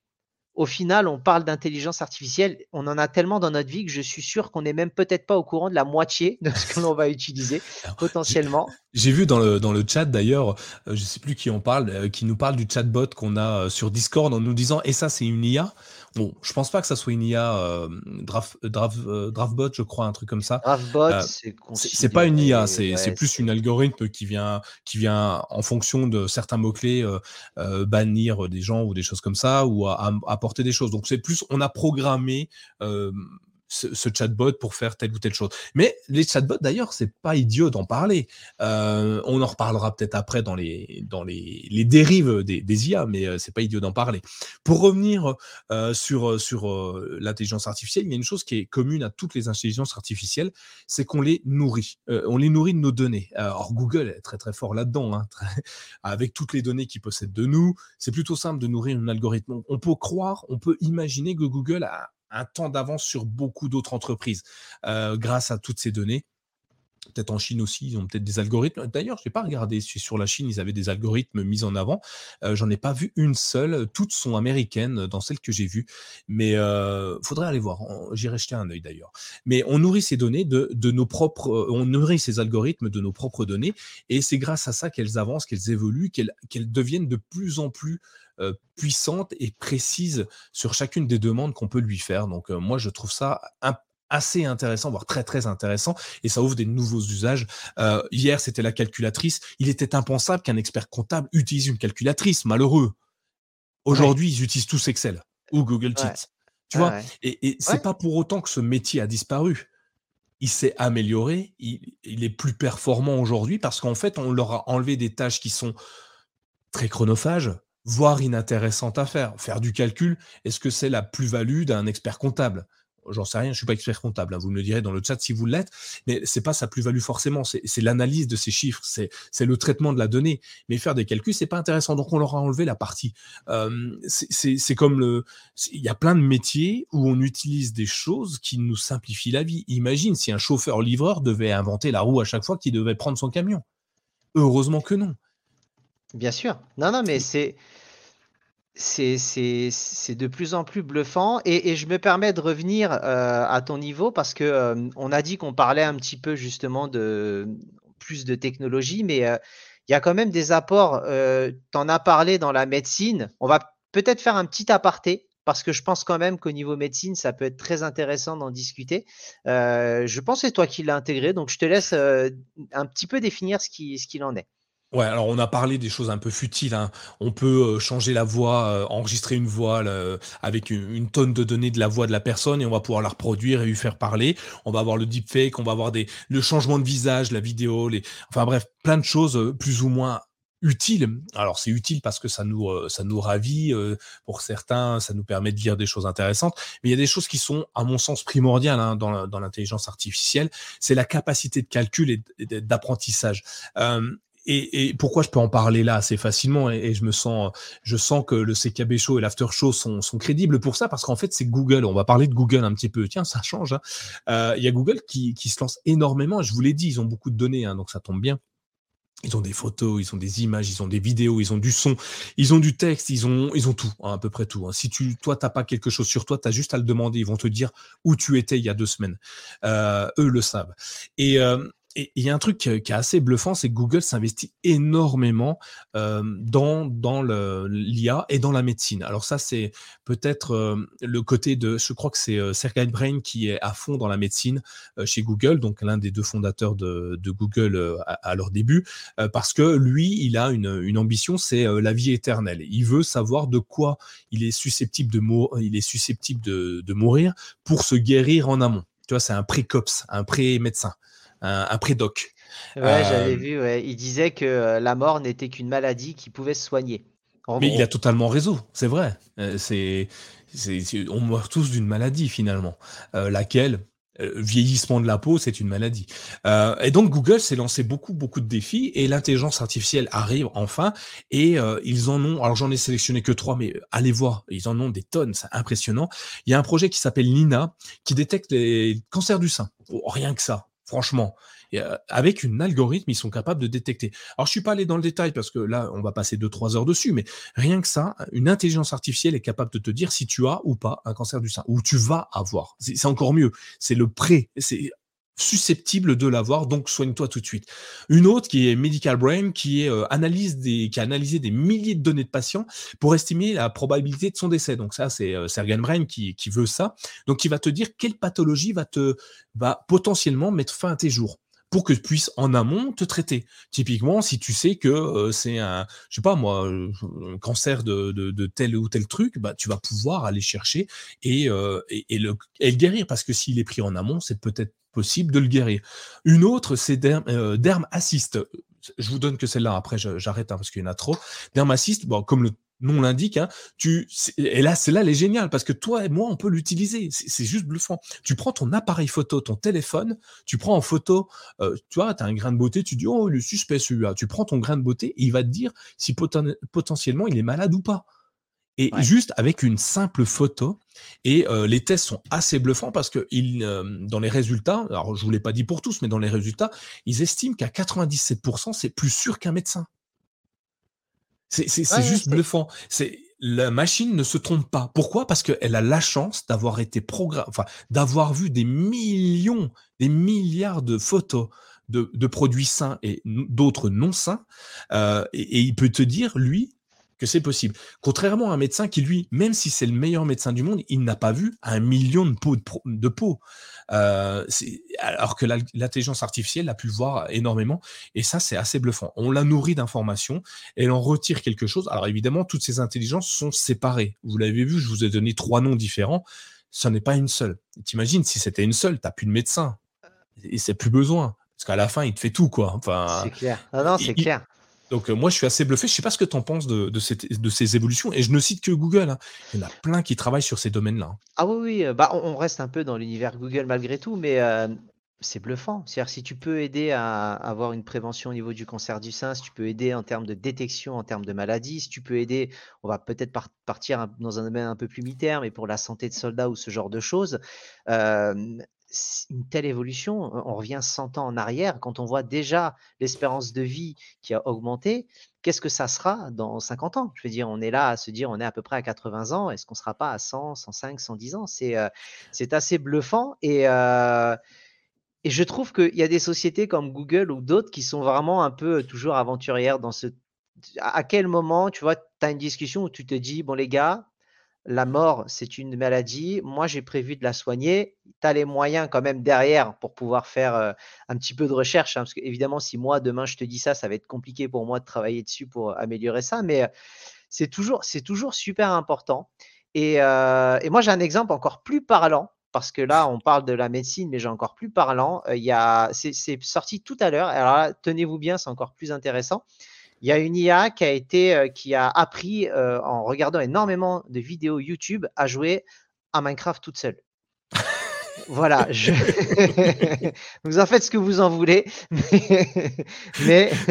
au final, on parle d'intelligence artificielle, on en a tellement dans notre vie que je suis sûr qu'on n'est même peut-être pas au courant de la moitié de ce que l'on va utiliser potentiellement. J'ai vu dans le, dans le chat d'ailleurs, euh, je sais plus qui en parle, euh, qui nous parle du chatbot qu'on a euh, sur Discord en nous disant et ça c'est une I A. Bon, je pense pas que ça soit une I A euh, draft, draft, euh, draftbot, je crois, un truc comme ça. Draftbot, Euh, c'est c'est c'est pas une I A, considéré, c'est c'est ouais, plus une c'est algorithme qui vient qui vient en fonction de certains mots clés euh, euh, bannir des gens ou des choses comme ça ou à, à- apporter des choses. Donc c'est plus on a programmé euh, ce, ce chatbot pour faire telle ou telle chose. Mais les chatbots d'ailleurs, c'est pas idiot d'en parler. Euh, on en reparlera peut-être après dans les dans les, les dérives des, des I A, mais euh, c'est pas idiot d'en parler. Pour revenir euh, sur sur euh, l'intelligence artificielle, il y a une chose qui est commune à toutes les intelligences artificielles, c'est qu'on les nourrit. Euh, on les nourrit de nos données. Alors Google est très très fort là-dedans, hein, très, avec toutes les données qu'il possède de nous. C'est plutôt simple de nourrir un algorithme. On peut croire, on peut imaginer que Google a un temps d'avance sur beaucoup d'autres entreprises euh, grâce à toutes ces données. Peut-être en Chine aussi, ils ont peut-être des algorithmes. D'ailleurs, je n'ai pas regardé si sur la Chine, ils avaient des algorithmes mis en avant. Euh, J'en ai pas vu une seule. Toutes sont américaines dans celles que j'ai vues. Mais euh, faudrait aller voir. J'irai jeter un œil d'ailleurs. Mais on nourrit ces données de, de nos propres, on nourrit ces algorithmes de nos propres données. Et c'est grâce à ça qu'elles avancent, qu'elles évoluent, qu'elles qu'elles deviennent de plus en plus euh, puissantes et précises sur chacune des demandes qu'on peut lui faire. Donc euh, moi, je trouve ça un, assez intéressant, voire très très intéressant, et ça ouvre des nouveaux usages. Euh, hier, c'était la calculatrice. Il était impensable qu'un expert comptable utilise une calculatrice, malheureux. ouais, Aujourd'hui, ils utilisent tous Excel ou Google ouais, Sheets. Tu vois, ouais, et, et c'est ouais, pas pour autant que ce métier a disparu. Il s'est amélioré, il, il est plus performant aujourd'hui parce qu'en fait, on leur a enlevé des tâches qui sont très chronophages, voire inintéressante à faire. Faire du calcul, est-ce que c'est la plus-value d'un expert comptable? J'en sais rien, je suis pas expert comptable, hein, vous me le direz dans le chat si vous l'êtes, mais c'est pas sa plus-value forcément, c'est c'est l'analyse de ces chiffres, c'est c'est le traitement de la donnée. Mais faire des calculs, c'est pas intéressant, donc on leur a enlevé la partie. Hem, c'est c'est c'est comme le il y a plein de métiers où on utilise des choses qui nous simplifient la vie. Imagine si un chauffeur-livreur devait inventer la roue à chaque fois qu'il devait prendre son camion. Heureusement que non. Bien sûr. Non, non, mais c'est c'est c'est c'est de plus en plus bluffant et et je me permets de revenir, heu, à ton niveau parce que, hem, on a dit qu'on parlait un petit peu justement de plus de technologie, mais, heu, il y a quand même des apports, heu, tu en as parlé dans la médecine. On va peut-être faire un petit aparté parce que je pense quand même qu'au niveau médecine, ça peut être très intéressant d'en discuter. Heu, je pense que c'est toi qui l'as intégré, donc je te laisse, heu, un petit peu définir ce qui ce qu'il en est. Ouais, alors on a parlé des choses un peu futiles, hein. On peut, heu, changer la voix, heu, enregistrer une voix le avec une une tonne de données de la voix de la personne et on va pouvoir la reproduire et lui faire parler. On va avoir le deepfake, on va avoir des le changement de visage, la vidéo, les enfin bref, plein de choses, heu, plus ou moins utiles. Alors c'est utile parce que ça nous, heu, ça nous ravit, heu, pour certains, ça nous permet de lire des choses intéressantes. Mais il y a des choses qui sont, à mon sens, primordiales, hein, dans la dans l'intelligence artificielle, c'est la capacité de calcul et d et d'apprentissage. Hem et, et pourquoi je peux en parler là assez facilement et, et je me sens, je sens que le C K B Show et l'After Show sont, sont crédibles pour ça parce qu'en fait c'est Google. On va parler de Google un petit peu. Tiens, ça change. Hein. Euh, il y a Google qui, qui se lance énormément. Je vous l'ai dit, ils ont beaucoup de données, hein, donc ça tombe bien. Ils ont des photos, ils ont des images, ils ont des vidéos, ils ont du son, ils ont du texte, ils ont, ils ont tout, hein, à peu près tout. Hein. Si tu, toi, t'as pas quelque chose sur toi, t'as juste à le demander. Ils vont te dire où tu étais il y a deux semaines. Euh, eux le savent. Et euh, et il y a un truc qui est assez bluffant, c'est que Google s'investit énormément euh, dans dans le l'I A et dans la médecine. Alors ça, c'est peut-être euh, le côté de, je crois que c'est euh, Sergey Brin qui est à fond dans la médecine euh, chez Google, donc l'un des deux fondateurs de, de Google euh, à, à leur début. Euh, parce que lui, il a une, une ambition, c'est euh, la vie éternelle. Il veut savoir de quoi il est susceptible de, mou- il est susceptible de, de mourir pour se guérir en amont. Tu vois, c'est un pré-cops, un pré-médecin, un, un pré-doc. Ouais, j'avais Euh, vu, ouais. Il disait que, heu, la mort n'était qu'une maladie qui pouvait se soigner, en mais il a gros. totalement raison, c'est vrai. Euh, c'est, c'est, c'est- on meurt tous d'une maladie finalement, euh, laquelle euh, vieillissement de la peau, c'est une maladie. Euh, et donc Google s'est lancé beaucoup, beaucoup de défis et l'intelligence artificielle arrive enfin et euh, ils en ont. Alors j'en ai sélectionné que trois, mais allez voir, ils en ont des tonnes, c'est impressionnant. Il y a un projet qui s'appelle Nina qui détecte les cancers du sein. Oh, rien que ça, franchement. Et, euh, avec une algorithme, ils sont capables de détecter. Alors je suis pas allé dans le détail parce que là, on va passer deux trois heures dessus, mais rien que ça, une intelligence artificielle est capable de te dire si tu as ou pas un cancer du sein, ou tu vas avoir. C'est c'est encore mieux. C'est le pré, c'est susceptible de l'avoir, donc soigne-toi tout de suite. Une autre qui est Medical Brain, qui est euh, analyse des, qui a analysé des milliers de données de patients pour estimer la probabilité de son décès. Donc ça, c'est euh, Sergen Brain qui, qui veut ça. Donc qui va te dire quelle pathologie va te va potentiellement mettre fin à tes jours pour que tu puisses en amont te traiter. Typiquement, si tu sais que euh, c'est un, je sais pas moi, euh, un cancer de, de, de tel ou tel truc, bah tu vas pouvoir aller chercher et, euh, et, et le, et le guérir parce que s'il est pris en amont, c'est peut-être possible de le guérir. Une autre, c'est Derm, euh, Derm Assist. Je vous donne que celle-là, après je- j'arrête hein, parce qu'il y en a trop. Derm Assist, bon, comme le nom l'indique, hein, tu, et là, celle-là, elle est géniale parce que toi et moi, on peut l'utiliser. C'est c'est juste bluffant. Tu prends ton appareil photo, ton téléphone, tu prends en photo, euh, tu vois, tu as un grain de beauté, tu dis, oh, il est suspect celui-là. Tu prends ton grain de beauté et il va te dire si poten- potentiellement il est malade ou pas. Et Ouais. juste avec une simple photo, et euh, les tests sont assez bluffants parce que ils, euh, dans les résultats, alors je vous l'ai pas dit pour tous, mais dans les résultats, ils estiment qu'à quatre-vingt-dix-sept pour cent, c'est plus sûr qu'un médecin. C'est c'est- c'est Ouais, ouais, juste c'est bluffant. C'est la machine ne se trompe pas. Pourquoi? Parce qu'elle a la chance d'avoir été programmée, enfin d'avoir vu des millions, des milliards de photos de, de produits sains et n- d'autres non sains, euh, et, et il peut te dire lui que c'est possible. Contrairement à un médecin qui lui, même si c'est le meilleur médecin du monde, il n'a pas vu un million de peaux de, pro- de peau. Euh, c'est- alors que la- l'intelligence artificielle a pu le voir énormément, et ça c'est assez bluffant. On la nourrit d'informations elle en retire quelque chose. Alors évidemment, toutes ces intelligences sont séparées. Vous l'avez vu, je vous ai donné trois noms différents. Ce n'est pas une seule. T'imagines, si c'était une seule, t'as plus de médecin. Et c'est plus besoin. Parce qu'à la fin, il te fait tout, quoi. Enfin, c'est clair. Non, non, il, c'est il- clair. Donc euh, moi, je suis assez bluffé. Je sais pas ce que tu en penses de, de, cette- de ces évolutions. Et je ne cite que Google, hein. Il y en a plein qui travaillent sur ces domaines-là, hein. Ah oui, oui, heu, bah, on on reste un peu dans l'univers Google malgré tout, mais hem, c'est bluffant. C'est-à-dire si tu peux aider à avoir une prévention au niveau du cancer du sein, si tu peux aider en termes de détection, en termes de maladies, si tu peux aider, on va peut-être par partir un dans un domaine un peu plus militaire, mais pour la santé de soldats ou ce genre de choses, hem, s une telle évolution, on on revient cent ans en arrière quand on voit déjà l'espérance de vie qui a augmenté. Qu'est-ce que ça sera dans cinquante ans? Je veux dire, on est là à se dire, on est à peu près à quatre-vingts ans. Est-ce qu'on ne sera pas à cent, cent cinq, cent dix ans? C'est euh, c'est assez bluffant. Et, euh, et je trouve qu'il y a des sociétés comme Google ou d'autres qui sont vraiment un peu euh, toujours aventurières dans ce. À à quel moment, tu vois, tu as une discussion où tu te dis, bon, les gars, la mort, c'est une maladie. Moi, j'ai prévu de la soigner. Tu as les moyens quand même derrière pour pouvoir faire euh, un petit peu de recherche, hein, parce que évidemment, si moi, demain, je te dis ça, ça va être compliqué pour moi de travailler dessus pour améliorer ça. Mais euh, c'est toujours, c'est toujours super important. Et, euh, et moi, j'ai un exemple encore plus parlant, parce que là, on parle de la médecine, mais j'ai encore plus parlant. Euh, il y a, c'est, c'est sorti tout à l'heure. Alors là, tenez-vous bien, c'est encore plus intéressant. Il y a une I A qui a été, euh, qui a appris euh, en regardant énormément de vidéos YouTube à jouer à Minecraft toute seule. Voilà, je... vous en faites ce que vous en voulez, mais, mais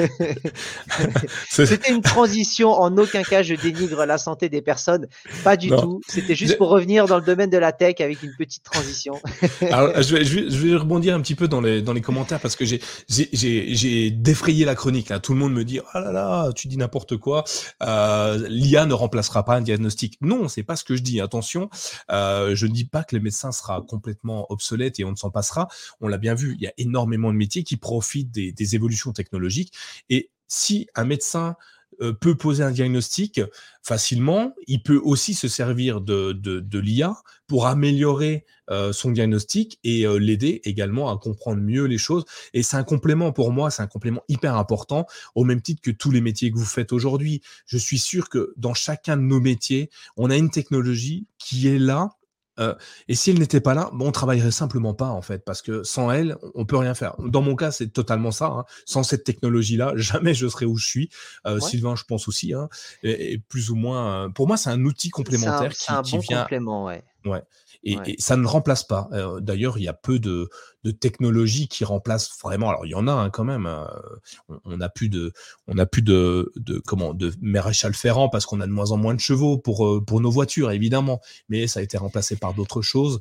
C'est- c'était une transition. En aucun cas, je dénigre la santé des personnes, pas du Non. tout. C'était juste J'ai- pour revenir dans le domaine de la tech avec une petite transition. Alors, je vais, je vais, je vais rebondir un petit peu dans les, dans les commentaires parce que j'ai, j'ai, j'ai, j'ai défrayé la chronique, là. Tout le monde me dit, oh là là, tu dis n'importe quoi. Euh, L'I A ne remplacera pas un diagnostic. Non, c'est pas ce que je dis. Attention, euh, je ne dis pas que le médecin sera complètement obsolète et on ne s'en passera. On l'a bien vu. Il y a énormément de métiers qui profitent des, des évolutions technologiques. Et si un médecin euh, peut poser un diagnostic facilement, il peut aussi se servir de, de, de l'I A pour améliorer euh, son diagnostic et euh, l'aider également à comprendre mieux les choses. Et c'est un complément pour moi, c'est un complément hyper important, au même titre que tous les métiers que vous faites aujourd'hui. Je suis sûr que dans chacun de nos métiers, on a une technologie qui est là. Euh, et si elle n'était pas là, bon, on travaillerait simplement pas en fait, parce que sans elle, on peut rien faire. Dans mon cas, c'est totalement ça, hein. Sans cette technologie-là, jamais je serais où je suis. Euh, Ouais. Sylvain, je pense aussi, hein, et, et plus ou moins. euh, Pour moi, c'est un outil C'est un, complémentaire c'est qui, un qui bon vient. complément, ouais. Ouais. Et, Ouais. et ça ne remplace pas. Euh, D'ailleurs, il y a peu de, de technologies qui remplacent vraiment. Alors, il y en a hein, quand même. Hein. On, on a plus de, on a plus de, de comment, de maréchal ferrant parce qu'on a de moins en moins de chevaux pour euh, pour nos voitures, évidemment. Mais ça a été remplacé par d'autres choses.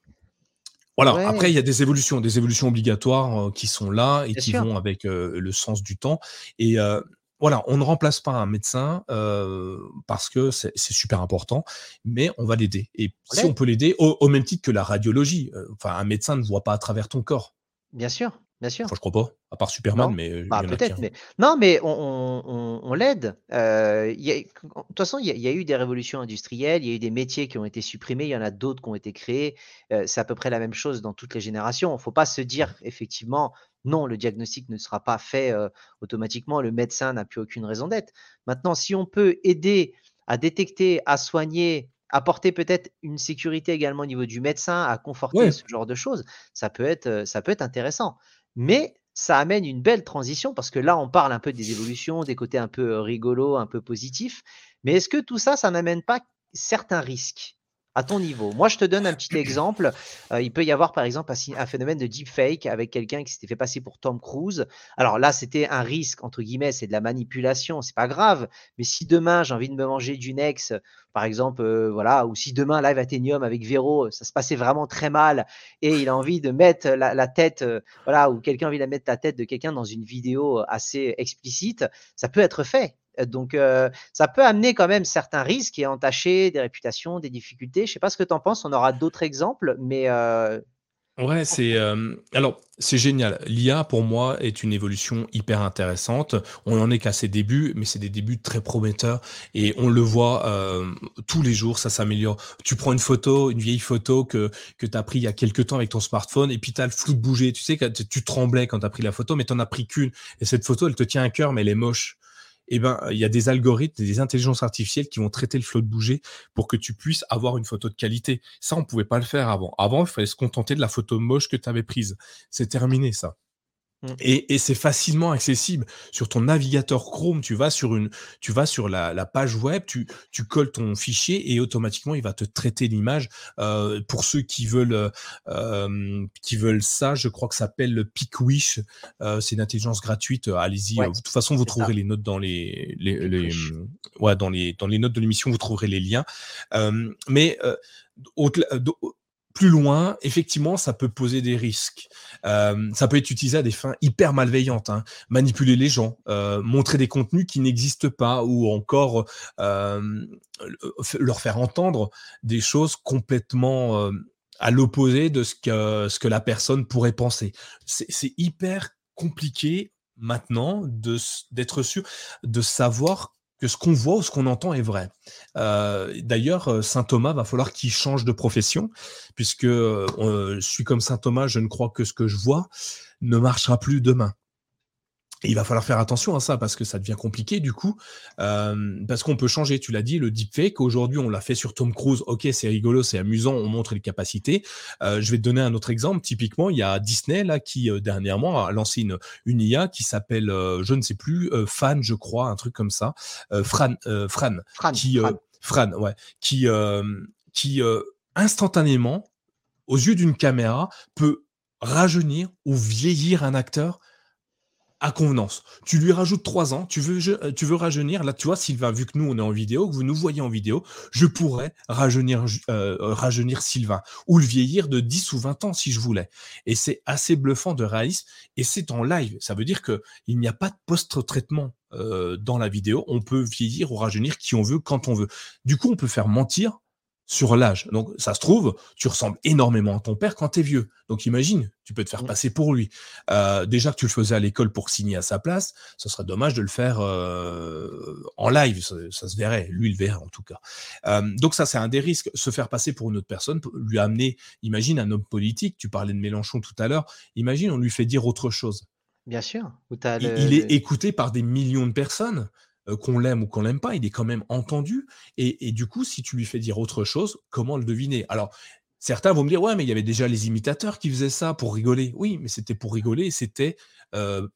Voilà. Après, Ouais, il y a des évolutions, des évolutions obligatoires euh, qui sont là et bien qui sûr. vont avec euh, le sens du temps. Et euh, voilà, on ne remplace pas un médecin euh, parce que c'est c'est super important, mais on va l'aider. Et On si on l'aide. peut l'aider, au, au même titre que la radiologie, euh, enfin, un médecin ne voit pas à travers ton corps. Bien sûr, bien sûr. Enfin, je crois pas, à part Superman, Non? mais euh, il Bah, y en a qui. peut-être, mais non, mais on on on on l'aide. Heu, il y a de toute façon, il y a il y a eu des révolutions industrielles, il y a eu des métiers qui ont été supprimés, il y en a d'autres qui ont été créés. Heu, c'est à peu près la même chose dans toutes les générations. Il ne faut pas se dire effectivement: «Non, le diagnostic ne sera pas fait, heu, automatiquement, le médecin n'a plus aucune raison d'être». Maintenant, si on peut aider à détecter, à soigner, apporter peut-être une sécurité également au niveau du médecin, à conforter Ouais, ce genre de choses, ça peut être, heu, ça peut être intéressant. Mais ça amène une belle transition parce que là, on parle un peu des évolutions, des côtés un peu, heu, rigolos, un peu positifs. Mais est-ce que tout ça, ça n'amène pas certains risques à ton niveau? Moi, je te donne un petit exemple. Heu, il peut y avoir, par exemple, un si un phénomène de deepfake avec quelqu'un qui s'était fait passer pour Tom Cruise. Alors là, c'était un «risque» entre guillemets, c'est de la manipulation, c'est pas grave. Mais si demain, j'ai envie de me manger d'une ex, par exemple, heu, voilà, ou si demain Live Athenium avec Véro, ça se passait vraiment très mal et il a envie de mettre la la tête, heu, voilà, ou quelqu'un a envie de mettre la tête de quelqu'un dans une vidéo assez explicite, ça peut être fait. Heu, donc heu, ça peut amener quand même certains risques et entacher des réputations, des difficultés. Je ne sais pas ce que tu en penses, on aura d'autres exemples, mais heu, ouais, c'est euh, alors c'est génial. L'I A pour moi est une évolution hyper intéressante. On en est qu'à ses débuts, mais c'est des débuts très prometteurs et on le voit euh, tous les jours, ça s'améliore. Tu prends une photo, une vieille photo que que tu as pris il y a quelques temps avec ton smartphone et puis tu as le flou de bouger. Tu sais que tu tu tremblais quand tu as pris la photo, mais tu en as pris qu'une et cette photo, elle te tient à cœur, mais elle est moche. Eh ben, il y a des algorithmes, des intelligences artificielles qui vont traiter le flot de bouger pour que tu puisses avoir une photo de qualité. Ça, on pouvait pas le faire avant. Avant, il fallait se contenter de la photo moche que tu avais prise. C'est terminé, ça. Mmh. Et, et c'est facilement accessible sur ton navigateur Chrome. Tu vas sur une, tu vas sur la, la page web, tu, tu colles ton fichier et automatiquement il va te traiter l'image. Euh, pour ceux qui veulent, euh, qui veulent ça, je crois que ça s'appelle le Pickwish. Euh, c'est une intelligence gratuite. Allez-y. Ouais, De toute façon, vous c'est ça. trouverez les notes dans les, les, les Pickwish. ouais, dans les, dans les notes de l'émission, vous trouverez les liens. Euh, mais euh, au-delà, plus loin, effectivement, ça peut poser des risques. Euh, ça peut être utilisé à des fins hyper malveillantes, hein. Manipuler les gens, euh, montrer des contenus qui n'existent pas, ou encore euh, leur faire entendre des choses complètement euh, à l'opposé de ce que, ce que la personne pourrait penser. C'est, c'est hyper compliqué maintenant de, d'être sûr, de savoir que ce qu'on voit ou ce qu'on entend est vrai. Euh, d'ailleurs, saint Thomas va falloir qu'il change de profession, puisque euh, je suis comme saint Thomas, je ne crois que ce que je vois ne marchera plus demain. Et il va falloir faire attention à ça parce que ça devient compliqué du coup, euh, parce qu'on peut changer. Tu l'as dit, le deepfake, aujourd'hui on l'a fait sur Tom Cruise, ok c'est rigolo, c'est amusant, on montre les capacités. Euh, je vais te donner un autre exemple, typiquement il y a Disney là qui euh, dernièrement a lancé une, une I A qui s'appelle, euh, je ne sais plus, euh, Fan je crois, un truc comme ça, euh, Fran, euh, Fran, Fran, qui, euh, Fran. Fran, ouais, qui, euh, qui euh, instantanément, aux yeux d'une caméra, peut rajeunir ou vieillir un acteur à convenance. Tu lui rajoutes trois ans, tu veux, je, tu veux rajeunir. Là, tu vois, Sylvain, vu que nous, on est en vidéo, que vous nous voyez en vidéo, je pourrais rajeunir, euh, rajeunir Sylvain ou le vieillir de dix ou vingt ans si je voulais. Et c'est assez bluffant de réalisme et c'est en live. Ça veut dire qu'il n'y a pas de post-traitement euh, dans la vidéo. On peut vieillir ou rajeunir qui on veut, quand on veut. Du coup, on peut faire mentir sur l'âge. Donc, ça se trouve, tu ressembles énormément à ton père quand t'es vieux. Donc, imagine, tu peux te faire passer pour lui. Euh, déjà que tu le faisais à l'école pour signer à sa place, ce serait dommage de le faire euh, en live. Ça, ça se verrait, lui le verrait en tout cas. Euh, donc, ça, c'est un des risques. Se faire passer pour une autre personne, lui amener, imagine un homme politique, tu parlais de Mélenchon tout à l'heure, imagine, on lui fait dire autre chose. Bien sûr. Où t'as Il, le, il est le... écouté par des millions de personnes. Euh, qu'on l'aime ou qu'on l'aime pas, il est quand même entendu. Et, et du coup, si tu lui fais dire autre chose, comment le deviner? Alors, certains vont me dire, ouais, mais il y avait déjà les imitateurs qui faisaient ça pour rigoler. Oui, mais c'était pour rigoler, c'était euh,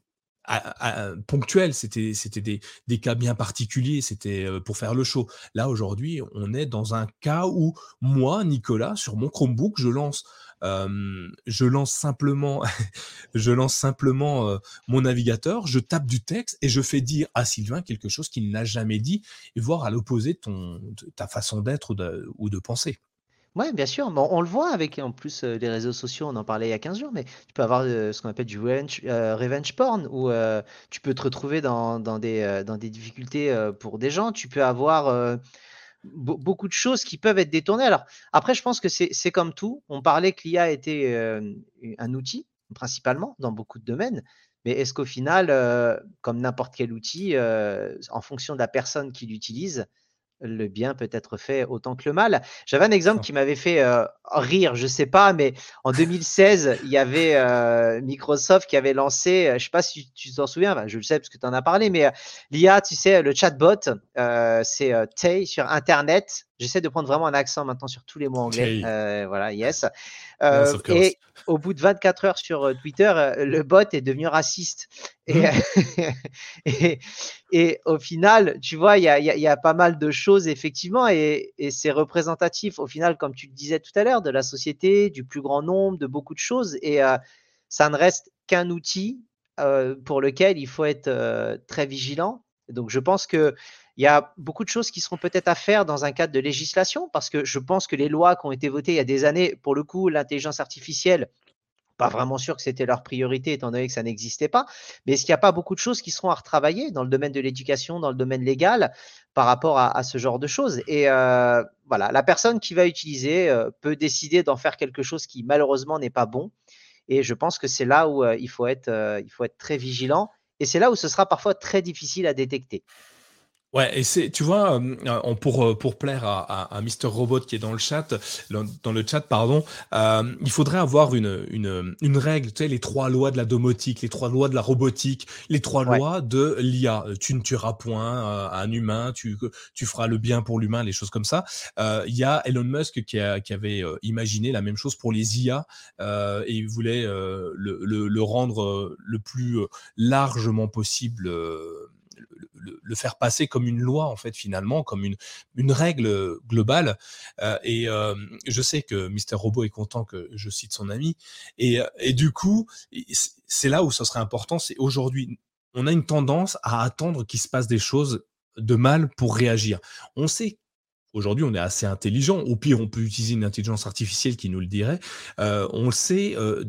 à, à, ponctuel, c'était, c'était des, des cas bien particuliers, c'était euh, pour faire le show. Là, aujourd'hui, on est dans un cas où moi, Nicolas, sur mon Chromebook, je lance, euh, je lance simplement je lance simplement euh, mon navigateur, je tape du texte et je fais dire à Sylvain quelque chose qu'il n'a jamais dit, et voire à l'opposé de, ton, de ta façon d'être ou de, ou de penser. Ouais, bien sûr. Bon, on le voit avec en plus euh, les réseaux sociaux, on en parlait il y a quinze jours, mais tu peux avoir euh, ce qu'on appelle du revenge, euh, revenge porn, où euh, tu peux te retrouver dans, dans des, euh, dans des difficultés euh, pour des gens. Tu peux avoir euh, be- beaucoup de choses qui peuvent être détournées. Alors, après, je pense que c'est c'est comme tout. On parlait que l'I A était euh, un outil, principalement, dans beaucoup de domaines. Mais est-ce qu'au final, euh, comme n'importe quel outil, euh, en fonction de la personne qui l'utilise, le bien peut être fait autant que le mal. J'avais un exemple Ça. qui m'avait fait euh, rire, je sais pas, mais en deux mille seize, il y avait euh, Microsoft qui avait lancé, euh, je sais pas si tu t'en souviens, enfin, je le sais parce que tu en as parlé, mais euh, l'I A, tu sais, le chatbot, euh, c'est euh, Tay sur Internet. J'essaie de prendre vraiment un accent maintenant sur tous les mots anglais. Okay. Euh, voilà, yes. Yes, Euh, of course. et au bout de vingt-quatre heures sur euh, Twitter, euh, le bot est devenu raciste. Et, Hmm. et, et au final, tu vois, il y a, y, a, y a, pas mal de choses, effectivement, et, et c'est représentatif, au final, comme tu le disais tout à l'heure, de la société, du plus grand nombre, de beaucoup de choses. Et euh, ça ne reste qu'un outil euh, pour lequel il faut être euh, très vigilant. Donc, je pense que il y a beaucoup de choses qui seront peut-être à faire dans un cadre de législation, parce que je pense que les lois qui ont été votées il y a des années, pour le coup, l'intelligence artificielle, pas vraiment sûr que c'était leur priorité, étant donné que ça n'existait pas. Mais est-ce qu'il n'y a pas beaucoup de choses qui seront à retravailler dans le domaine de l'éducation, dans le domaine légal, par rapport à, à ce genre de choses? Et euh, voilà, la personne qui va utiliser euh, peut décider d'en faire quelque chose qui malheureusement n'est pas bon. Et je pense que c'est là où euh, il faut être, euh, il faut être très vigilant. Et c'est là où ce sera parfois très difficile à détecter. Ouais, et c'est, tu vois, euh, on, pour, euh, pour plaire à, à, à Mister Robot qui est dans le chat, dans dans le chat, pardon, euh, il faudrait avoir une, une, une règle, tu sais, les trois lois de la domotique, les trois lois de la robotique, les trois Ouais. lois de l'I A. Tu ne tueras point euh, un humain, tu, tu feras le bien pour l'humain, les choses comme ça. Euh, Il y a Elon Musk qui, a, qui avait euh, imaginé la même chose pour les I A euh, et il voulait euh, le, le, le rendre euh, le plus euh, largement possible. Euh, le, le, faire passer comme une loi en fait finalement, comme une, une règle globale. Euh, et euh, je sais que Mister Robot est content que je cite son ami. Et, et du coup, c'est là où ce serait important. C'est aujourd'hui, on a une tendance à attendre qu'il se passe des choses de mal pour réagir. On sait aujourd'hui, on est assez intelligent. Au pire, on peut utiliser une intelligence artificielle qui nous le dirait. Euh, on le sait euh,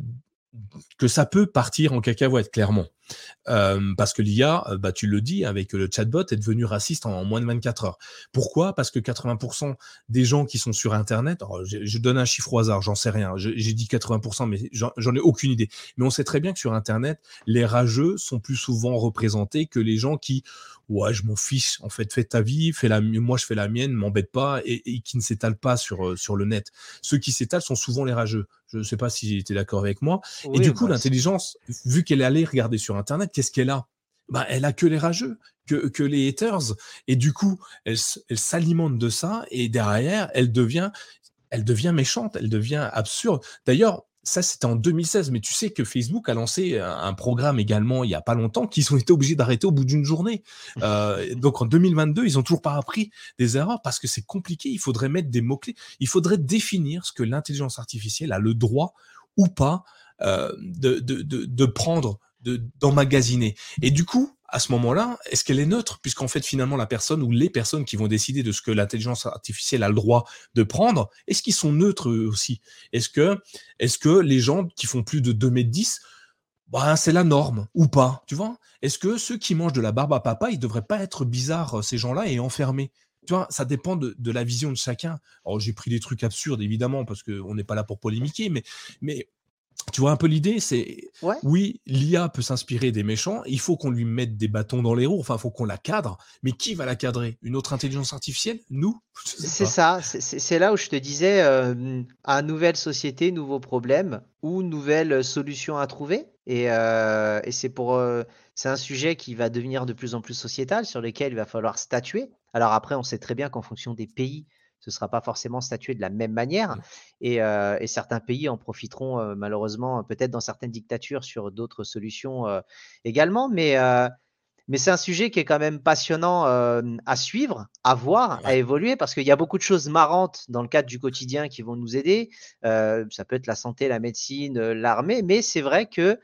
que ça peut partir en cacahuète, clairement. Euh, parce que l'I A, bah, tu le dis, avec le chatbot, est devenu raciste en, en moins de vingt-quatre heures. Pourquoi? Parce que quatre-vingts pour cent des gens qui sont sur Internet, alors, je, je donne un chiffre au hasard, j'en sais rien, je, j'ai dit quatre-vingts pour cent, mais j'en, j'en ai aucune idée. Mais on sait très bien que sur Internet, les rageux sont plus souvent représentés que les gens qui, ouais, je m'en fiche, en fait, fais ta vie, fais la, moi je fais la mienne, m'embête pas, et, et qui ne s'étalent pas sur, sur le net. Ceux qui s'étalent sont souvent les rageux. Je ne sais pas si tu es d'accord avec moi. Et Oui, du coup, bah, l'intelligence, vu qu'elle est allée regarder sur Internet, qu'est-ce qu'elle a? Bah, elle a que les rageux, que, que les haters. Et du coup, elle, elle s'alimente de ça et derrière, elle devient, elle devient méchante, elle devient absurde. D'ailleurs, ça, c'était en deux mille seize, mais tu sais que Facebook a lancé un, un programme également il n'y a pas longtemps qu'ils ont été obligés d'arrêter au bout d'une journée. Euh, donc en deux mille vingt-deux, ils n'ont toujours pas appris des erreurs parce que c'est compliqué. Il faudrait mettre des mots-clés. Il faudrait définir ce que l'intelligence artificielle a le droit ou pas euh, de, de, de, de prendre, de, d'emmagasiner. Et du coup, à ce moment-là, est-ce qu'elle est neutre? Puisqu'en fait, finalement, la personne ou les personnes qui vont décider de ce que l'intelligence artificielle a le droit de prendre, est-ce qu'ils sont neutres eux aussi? Est-ce que, est-ce que les gens qui font plus de deux mètres dix, bah, c'est la norme ou pas? Tu vois? Est-ce que ceux qui mangent de la barbe à papa, ils devraient pas être bizarres, ces gens-là, et enfermés? Tu vois, ça dépend de, de la vision de chacun. Alors, j'ai pris des trucs absurdes, évidemment, parce qu'on n'est pas là pour polémiquer, mais, mais tu vois un peu l'idée, c'est ouais. oui, l'I A peut s'inspirer des méchants, il faut qu'on lui mette des bâtons dans les roues, enfin, il faut qu'on la cadre, mais qui va la cadrer? Une autre intelligence artificielle? Nous? Je sais C'est pas. ça, c'est c'est c'est là où je te disais, hem, à nouvelle société, nouveaux problèmes ou nouvelles solutions à trouver et heu et c'est pour, heu, c'est un sujet qui va devenir de plus en plus sociétal, sur lequel il va falloir statuer. Alors après, on sait très bien qu'en fonction des pays, ce ne sera pas forcément statué de la même manière Mmh. et heu et certains pays en profiteront, heu, malheureusement, peut-être dans certaines dictatures sur d'autres solutions, heu, également. Mais heu mais c'est un sujet qui est quand même passionnant, hem, à suivre, à voir, à Ouais. évoluer parce qu'il y a beaucoup de choses marrantes dans le cadre du quotidien qui vont nous aider. Heu, ça peut être la santé, la médecine, heu, l'armée, mais c'est vrai qu'il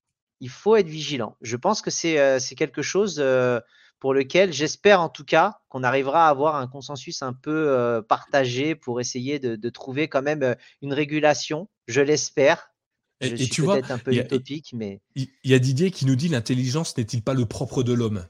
faut être vigilant. Je pense que c'est, heu, c'est quelque chose, heu, pour lequel j'espère en tout cas qu'on arrivera à avoir un consensus un peu, heu, partagé pour essayer de de trouver quand même, heu, une régulation. Je l'espère. Je Et, et suis tu vois, peut-être un peu il y a, utopique, mais il y a Didier qui nous dit l'intelligence n'est-il pas le propre de l'homme?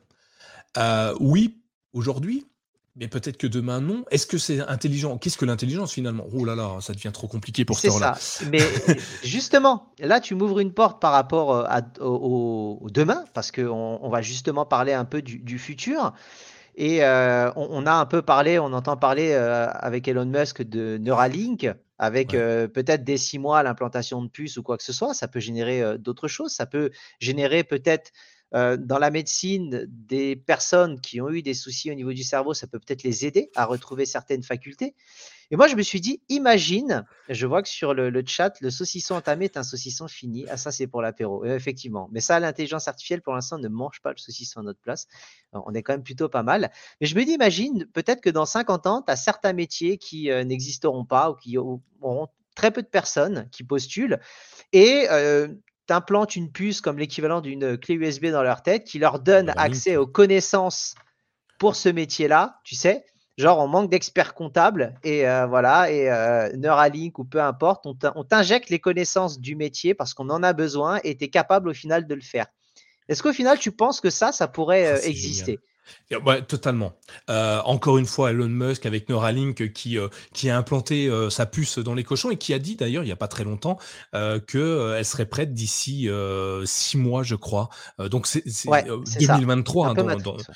Euh, oui, aujourd'hui, mais peut-être que demain, non. Est-ce que c'est intelligent? Qu'est-ce que l'intelligence finalement? Oh là là, ça devient trop compliqué pour cette c'est heure-là. ça. Mais justement, là, tu m'ouvres une porte par rapport, heu, à au au au demain, parce qu'on on va justement parler un peu du du futur et heu, on on a un peu parlé, on entend parler, heu, avec Elon Musk de Neuralink, avec, Ouais. heu, peut-être dès six mois l'implantation de puces ou quoi que ce soit. Ça peut générer, heu, d'autres choses. Ça peut générer peut-être, heu, dans la médecine, des personnes qui ont eu des soucis au niveau du cerveau, ça peut peut-être les aider à retrouver certaines facultés. Et moi, je me suis dit, imagine, je vois que sur le, le chat, le saucisson entamé est un saucisson fini. Ah, ça, c'est pour l'apéro. Euh, effectivement. Mais ça, l'intelligence artificielle, pour l'instant, ne mange pas le saucisson à notre place. Euh, On est quand même plutôt pas mal. Mais je me dis, imagine, peut-être que dans cinquante ans, tu as certains métiers qui euh, n'existeront pas ou qui auront très peu de personnes qui postulent et euh, tu implantes une puce comme l'équivalent d'une clé U S B dans leur tête qui leur donne Neuralink. accès aux connaissances pour ce métier-là, tu sais. Genre, on manque d'experts comptables et euh, voilà, et euh, Neuralink ou peu importe, on t'in- on t'injecte les connaissances du métier parce qu'on en a besoin et tu es capable au final de le faire. Est-ce qu'au final, tu penses que ça, ça pourrait Ah, euh, c'est génial. exister? Et ouais, totalement. Euh, encore une fois, Elon Musk avec Neuralink qui, euh, qui a implanté euh, sa puce dans les cochons et qui a dit d'ailleurs il n'y a pas très longtemps euh, qu'elle serait prête d'ici euh, six mois, je crois. Euh, donc c'est c'est, Ouais, euh, c'est ça. deux mille vingt-trois, Un hein, peu dans, dans, Matrix. Ouais.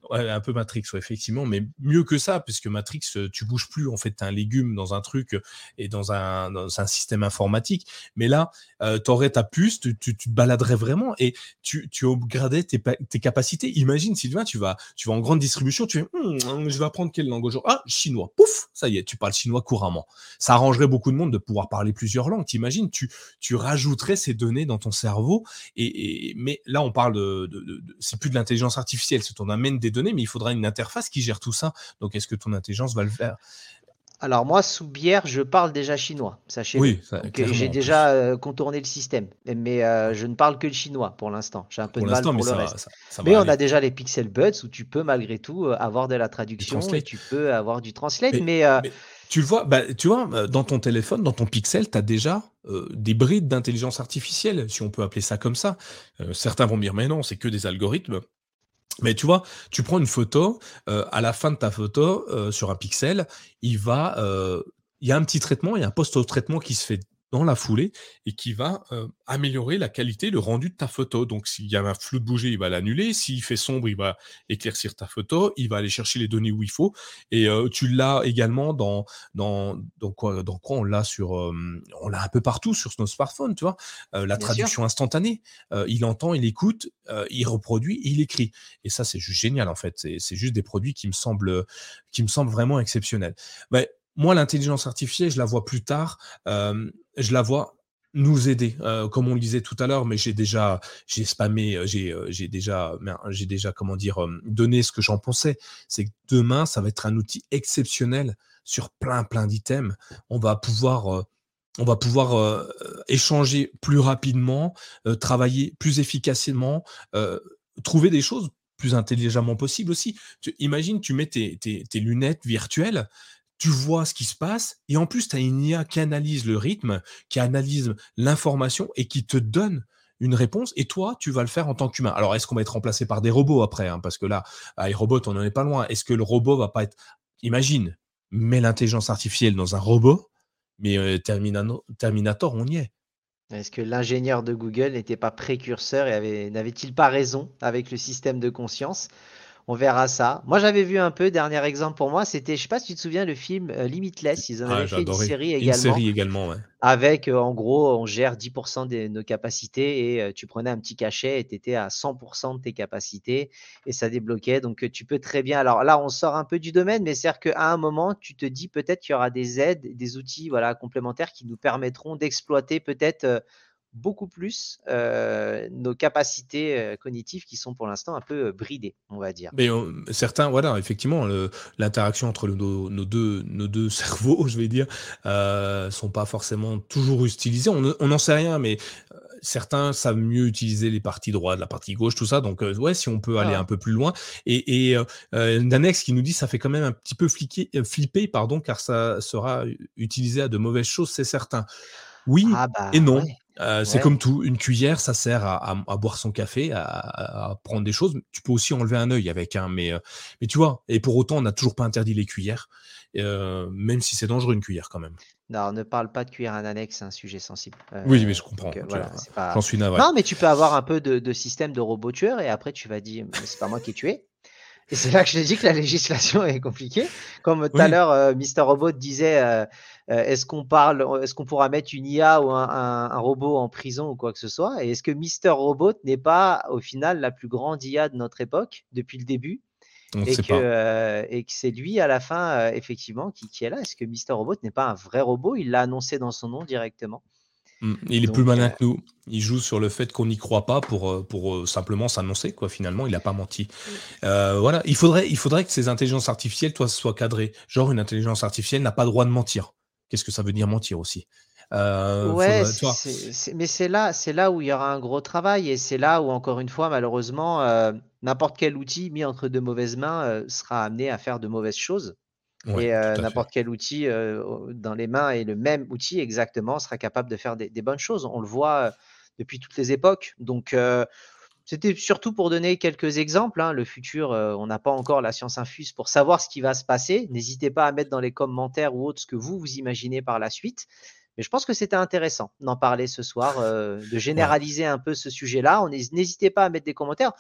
Ouais, un peu Matrix, ouais, effectivement, mais mieux que ça, puisque Matrix, heu, tu bouges plus, en fait, tu un légume dans un truc, heu et dans un dans un système informatique. Mais là, heu, tu aurais ta puce, tu tu tu te baladerais vraiment et tu tu upgradais tes pa tes capacités. Imagine si demain tu vas tu vas en grande distribution, tu fais: «Mmh, je vais apprendre quelle langue aujourd'hui? Ah, chinois». Pouf! Ça y est, tu parles chinois couramment. Ça arrangerait beaucoup de monde de pouvoir parler plusieurs langues. Tu imagines? Tu tu rajouterais ces données dans ton cerveau et et mais là, on parle de de de de c'est plus de l'intelligence artificielle, c'est on amène des données, mais il faudra une interface qui gère tout ça. Donc est-ce que ton intelligence va le faire? Alors moi, sous bière, je parle déjà chinois, sachez-le. Oui, ça Donc, et j'ai clairement en plus. déjà euh, contourné le système. Mais euh, je ne parle que le chinois pour l'instant. J'ai un peu Pour de mal l'instant, mais pour le ça reste. ça ça va Mais on a aller. déjà les Pixel Buds où tu peux malgré tout euh, avoir de la Et traduction et translate. tu peux avoir du translate. Mais Mais euh, mais tu le vois, bah, tu vois, heu, dans ton téléphone, dans ton Pixel, tu as déjà, heu, des brides d'intelligence artificielle, si on peut appeler ça comme ça. Heu, certains vont me dire: «Mais non, c'est que des algorithmes». Mais tu vois, tu prends une photo, heu, à la fin de ta photo, heu, sur un pixel, il va, heu, il y a un petit traitement, il y a un post-traitement qui se fait dans la foulée et qui va, heu, améliorer la qualité, le rendu de ta photo. Donc s'il y a un flou de bouger, il va l'annuler. S'il fait sombre, il va éclaircir ta photo. Il va aller chercher les données où il faut et heu, tu l'as également dans dans dans quoi dans quoi on l'a sur, hem, on l'a un peu partout sur nos smartphones, tu vois? Heu, la bien sûr. traduction instantanée. Heu, il entend, il écoute, heu, il reproduit, il écrit. Et ça, c'est juste génial en fait. C'est c'est juste des produits qui me semblent, qui me semblent vraiment exceptionnels. Mais moi, l'intelligence artificielle, je la vois plus tard. Hem, je la vois nous aider, heu, comme on le disait tout à l'heure, mais j'ai déjà j'ai spammé, heu, j'ai, heu, j'ai déjà mer j'ai déjà, comment dire, hem, donné ce que j'en pensais. C'est que demain, ça va être un outil exceptionnel sur plein, plein d'items. On va pouvoir, heu, on va pouvoir, heu, échanger plus rapidement, heu, travailler plus efficacement, heu, trouver des choses plus intelligemment possible aussi. Tu imagine, tu mets tes tes tes lunettes virtuelles, tu vois ce qui se passe et en plus, tu as une I A qui analyse le rythme, qui analyse l'information et qui te donne une réponse et toi, tu vas le faire en tant qu'humain. Alors, est-ce qu'on va être remplacé par des robots après, hein? Parce que là, iRobot, on n'en est pas loin. Est-ce que le robot va pas être imagine, mets l'intelligence artificielle dans un robot, mais heu, Terminano Terminator, on y est. Est-ce que l'ingénieur de Google n'était pas précurseur et avait, n'avait-il pas raison avec le système de conscience? On verra ça. Moi, j'avais vu un peu, dernier exemple pour moi, c'était, je sais pas si tu te souviens, le film euh, Limitless. Ils en Ah, avaient j'ai fait une adoré. série Et une également série également, ouais. avec, euh, en gros, on gère dix pour cent de nos capacités et euh, tu prenais un petit cachet et tu étais à cent pour cent de tes capacités et ça débloquait. Donc, euh, tu peux très bien. Alors là, on sort un peu du domaine, mais c'est-à-dire qu'à un moment, tu te dis peut-être qu'il y aura des aides, des outils voilà, complémentaires qui nous permettront d'exploiter peut-être euh, beaucoup plus euh, nos capacités euh, cognitives qui sont pour l'instant un peu euh, bridées, on va dire. Mais heu, certains, voilà, effectivement, le l'interaction entre le nos nos deux nos deux cerveaux, je vais dire, heu, sont pas forcément toujours utilisés. On ne on n'en sait rien, mais heu, certains savent mieux utiliser les parties droites, la partie gauche, tout ça. Donc heu, ouais, si on peut aller un Ah, peu plus loin et et heu heu, Nanex qui nous dit: «Ça fait quand même un petit peu fliquer heu, flipper, pardon, car ça sera u utilisé à de mauvaises choses, c'est certain». Oui ah et bah non. ouais, Heu, c'est ouais, comme tout, une cuillère, ça sert à à à boire son café, à à à prendre des choses. Tu peux aussi enlever un œil avec, hein, mais heu, mais tu vois? Et pour autant, on n'a toujours pas interdit les cuillères, heu, même si c'est dangereux une cuillère quand même. non, ne parle pas de cuillère à annexe, c'est un sujet sensible. Oui, mais Heu, je comprends, donc heu, je voilà, c'est pas j'en suis navré. non, mais tu peux avoir un peu de de système de robot tueur et après tu vas dire: «Mais c'est pas moi qui ai tué». Et c'est là que je te dis que la législation est compliquée. Comme tout à Oui, l'heure, heu, Mister Robot disait, heu heu: «Est-ce qu'on parle est-ce qu'on pourra mettre une I A ou un un un robot en prison ou quoi que ce soit?» Et est-ce que Mister Robot n'est pas, au final, la plus grande I A de notre époque, depuis le début? on ne Et sait que, pas. heu et que c'est lui à la fin, heu, effectivement qui qui est là. Est-ce que Mister Robot n'est pas un vrai robot? Il l'a annoncé dans son nom directement. Mmh, il est plus Donc malin heu, que nous. Il joue sur le fait qu'on n'y croit pas pour, heu, pour, heu, simplement s'annoncer quoi, finalement, il a pas menti. Heu, voilà, il faudrait il faudrait que ces intelligences artificielles, toi, soient cadrées. Genre une intelligence artificielle n'a pas le droit de mentir. Qu'est-ce que ça veut dire mentir aussi? Heu, ouais, faudrait tu vois? c'est c'est mais c'est là c'est là où il y aura un gros travail et c'est là où encore une fois malheureusement, heu, n'importe quel outil mis entre de mauvaises mains, heu, sera amené à faire de mauvaises choses Ouais, et heu, tout à fait. n'importe quel outil, heu, au dans les mains et le même outil exactement sera capable de faire des des bonnes choses. On le voit, heu, depuis toutes les époques donc heu C'était surtout pour donner quelques exemples, hein. Le futur, heu, on n'a pas encore la science infuse pour savoir ce qui va se passer. N'hésitez pas à mettre dans les commentaires ou autres ce que vous, vous imaginez par la suite. Mais je pense que c'était intéressant d'en parler ce soir, heu, de Ouais. généraliser un peu ce sujet-là. On n'hés n'hésitez pas à mettre des commentaires.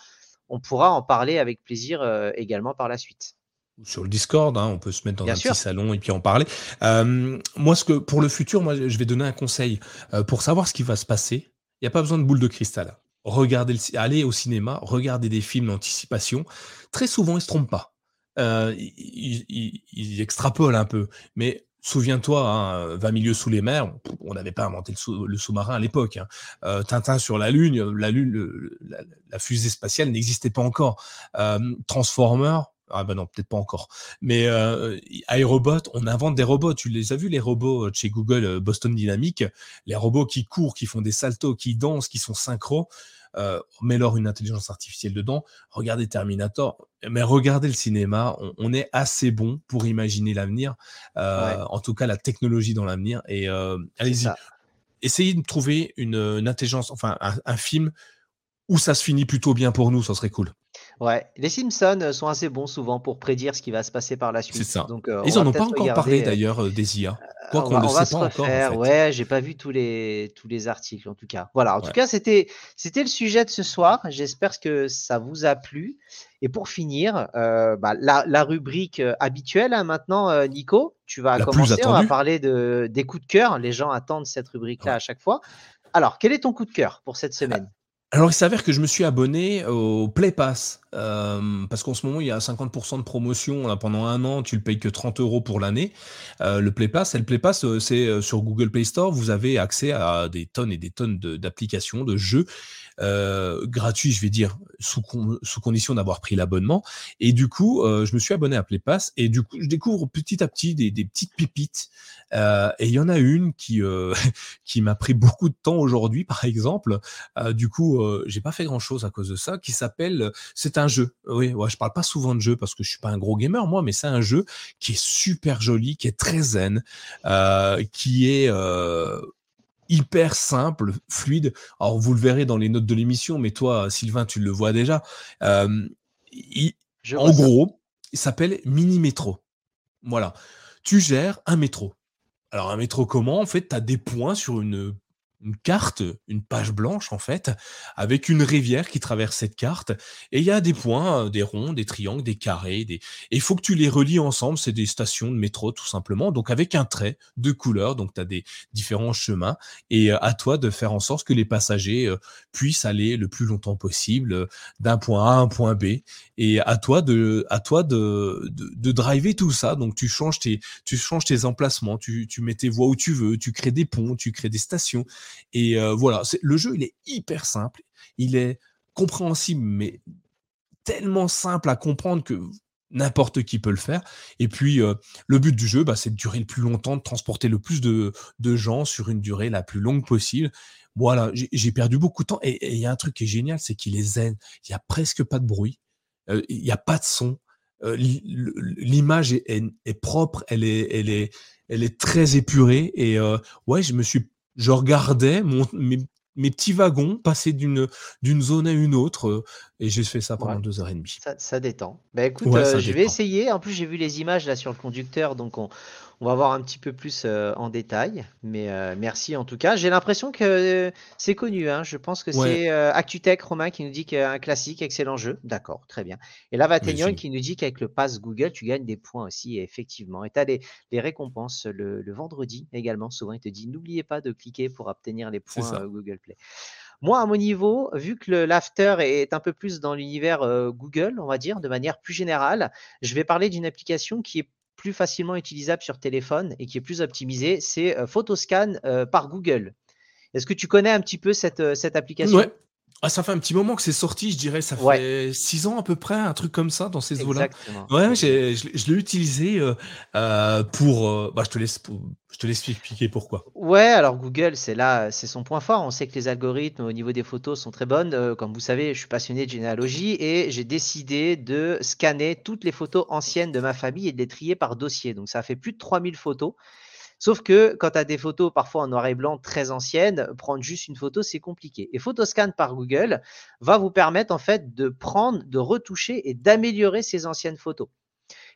on pourra en parler avec plaisir euh, également par la suite. Sur le Discord, hein, on peut se mettre dans Bien un sûr. petit salon et puis en parler. Euh, moi, ce que pour le futur, moi, je vais donner un conseil. Euh, pour savoir ce qui va se passer, il n'y a pas besoin de boule de cristal. Regardez le, ci- allez au cinéma, regardez des films d'anticipation. Très souvent, ils se trompent pas. Euh, ils, ils- ils extrapolent un peu. Mais souviens-toi, hein, vingt milieux sous les mers, on n'avait pas inventé le, sous- le sous-marin à l'époque. Hein. Euh, Tintin sur la Lune, la Lune, le- la, la fusée spatiale n'existait pas encore. Euh, Transformers, ah bah non, peut-être pas encore. Mais euh, iRobot, on invente des robots. Tu les as vus, les robots chez Google, euh, Boston Dynamics, les robots qui courent, qui font des saltos, qui dansent, qui sont synchro. Euh, mets-leur une intelligence artificielle dedans. Regardez Terminator, mais regardez le cinéma. On, on est assez bon pour imaginer l'avenir. Ouais, Euh, en tout cas, la technologie dans l'avenir. Et euh, c'est allez-y, ça. essayez de trouver une, une intelligence, enfin un, un film où ça se finit plutôt bien pour nous. Ça serait cool. Ouais, les Simpsons euh, sont assez bons souvent pour prédire ce qui va se passer par la C'est suite. ça. Donc, euh, Et on ils va en ont pas peut-être encore parlé regarder. euh, d'ailleurs euh, des I A. Quoi on qu'on va, le on va sait se pas encore en refaire. fait. Ouais, j'ai pas vu tous les tous les articles en tout cas. Voilà. En tout Ouais. cas, c'était c'était le sujet de ce soir. J'espère que ça vous a plu. Et pour finir, euh, bah, la, la rubrique euh, habituelle hein, maintenant, euh, Nico, tu vas La plus commencer. On va attendue. parler de des coups de cœur. Les gens attendent cette rubrique-là Ouais. à chaque fois. Alors, quel est ton coup de cœur pour cette Ah, semaine? alors il s'avère que je me suis abonné au Play Pass euh, parce qu'en ce moment il y a cinquante pour cent de promotion là, pendant un an, tu le payes que trente euros pour l'année. Euh, le Play Pass, et le Play Pass, euh, c'est euh, sur Google Play Store, vous avez accès à des tonnes et des tonnes de- d'applications, de jeux euh, gratuit, je vais dire, sous, con, sous condition d'avoir pris l'abonnement. Et du coup, euh, je me suis abonné à Playpass et du coup, je découvre petit à petit des, des petites pépites. Euh, et il y en a une qui euh, qui m'a pris beaucoup de temps aujourd'hui, par exemple. Euh, du coup, euh, j'ai pas fait grand chose à cause de ça. Qui s'appelle, c'est un jeu. Oui, ouais, je parle pas souvent de jeu parce que je suis pas un gros gamer moi, mais c'est un jeu qui est super joli, qui est très zen, euh, qui est euh, hyper simple, fluide. Alors, vous le verrez dans les notes de l'émission, mais toi, Sylvain, tu le vois déjà. Euh, il- Je vois en ça. gros, il s'appelle Mini Métro. Voilà. Tu gères un métro. Alors, un métro comment? En fait, tu as des points sur une, une carte, une page blanche, en fait, avec une rivière qui traverse cette carte. Et il y a des points, euh, des ronds, des triangles, des carrés. Des... Et il faut que tu les relies ensemble. C'est des stations de métro, tout simplement. Donc, avec un trait de couleur. Donc, tu as des différents chemins. Et euh, à toi de faire en sorte que les passagers euh, puissent aller le plus longtemps possible euh, d'un point A à un point B. Et à toi de, à toi de, de, de driver tout ça. Donc, tu changes tes, tu changes tes emplacements, tu, tu mets tes voies où tu veux, tu crées des ponts, tu crées des stations. Et euh, voilà, c'est, le jeu, il est hyper simple, il est compréhensible, mais tellement simple à comprendre que n'importe qui peut le faire. Et puis, euh, le but du jeu, bah, c'est de durer le plus longtemps, de transporter le plus de, de gens sur une durée la plus longue possible. Voilà, j'ai, j'ai perdu beaucoup de temps. Et il y a un truc qui est génial, c'est qu'il est zen. Il y a presque pas de bruit. Euh, Il n'y a pas de son. Euh, l'i- L'image est, est- est propre, elle est, elle est, elle est très épurée. Et euh, ouais, je me suis, je regardais mon, mes, mes petits wagons passer d'une d'une zone à une autre. euh, Et j'ai fait ça Ouais. pendant deux heures et demie. Ça, ça détend. Bah écoute, Ouais, euh, ça je vais détend. essayer. En plus, j'ai vu les images là sur le conducteur, donc on, on va voir un petit peu plus euh, en détail. Mais euh, merci en tout cas. J'ai l'impression que euh, c'est connu, hein. Je pense que Ouais, c'est euh, ActuTech, Romain, qui nous dit qu'un classique, excellent jeu. D'accord, très bien. Et là, mais Vatenion j'ai qui nous dit qu'avec le pass Google, tu gagnes des points aussi, effectivement. Et tu as les, les récompenses le, le vendredi également. Souvent, il te dit n'oubliez pas de cliquer pour obtenir les c'est points ça. euh, Google Play. Moi, à mon niveau, vu que le- l'after est un peu plus dans l'univers euh, Google, on va dire, de manière plus générale, je vais parler d'une application qui est plus facilement utilisable sur téléphone et qui est plus optimisée, c'est euh, Photoscan euh, par Google. Est-ce que tu connais un petit peu cette, euh, cette Ouais. application? Ah, ça fait un petit moment que c'est sorti, je dirais, ça Ouais, fait six ans à peu près, un truc comme ça, dans ces eaux-là. exactement, Ouais, exact. j'ai, je, l'ai je l'ai utilisé euh, euh, pour. Euh, bah, je te laisse, pour- je te laisse expliquer pourquoi. Ouais, alors Google, c'est là, c'est son point fort. On sait que les algorithmes au niveau des photos sont très bonnes. Euh, comme vous savez, je suis passionné de généalogie et j'ai décidé de scanner toutes les photos anciennes de ma famille et de les trier par dossier. Donc ça fait plus de trois mille photos. Sauf que quand tu as des photos parfois en noir et blanc très anciennes, prendre juste une photo, c'est compliqué. Et Photoscan par Google va vous permettre en fait de prendre, de retoucher et d'améliorer ces anciennes photos.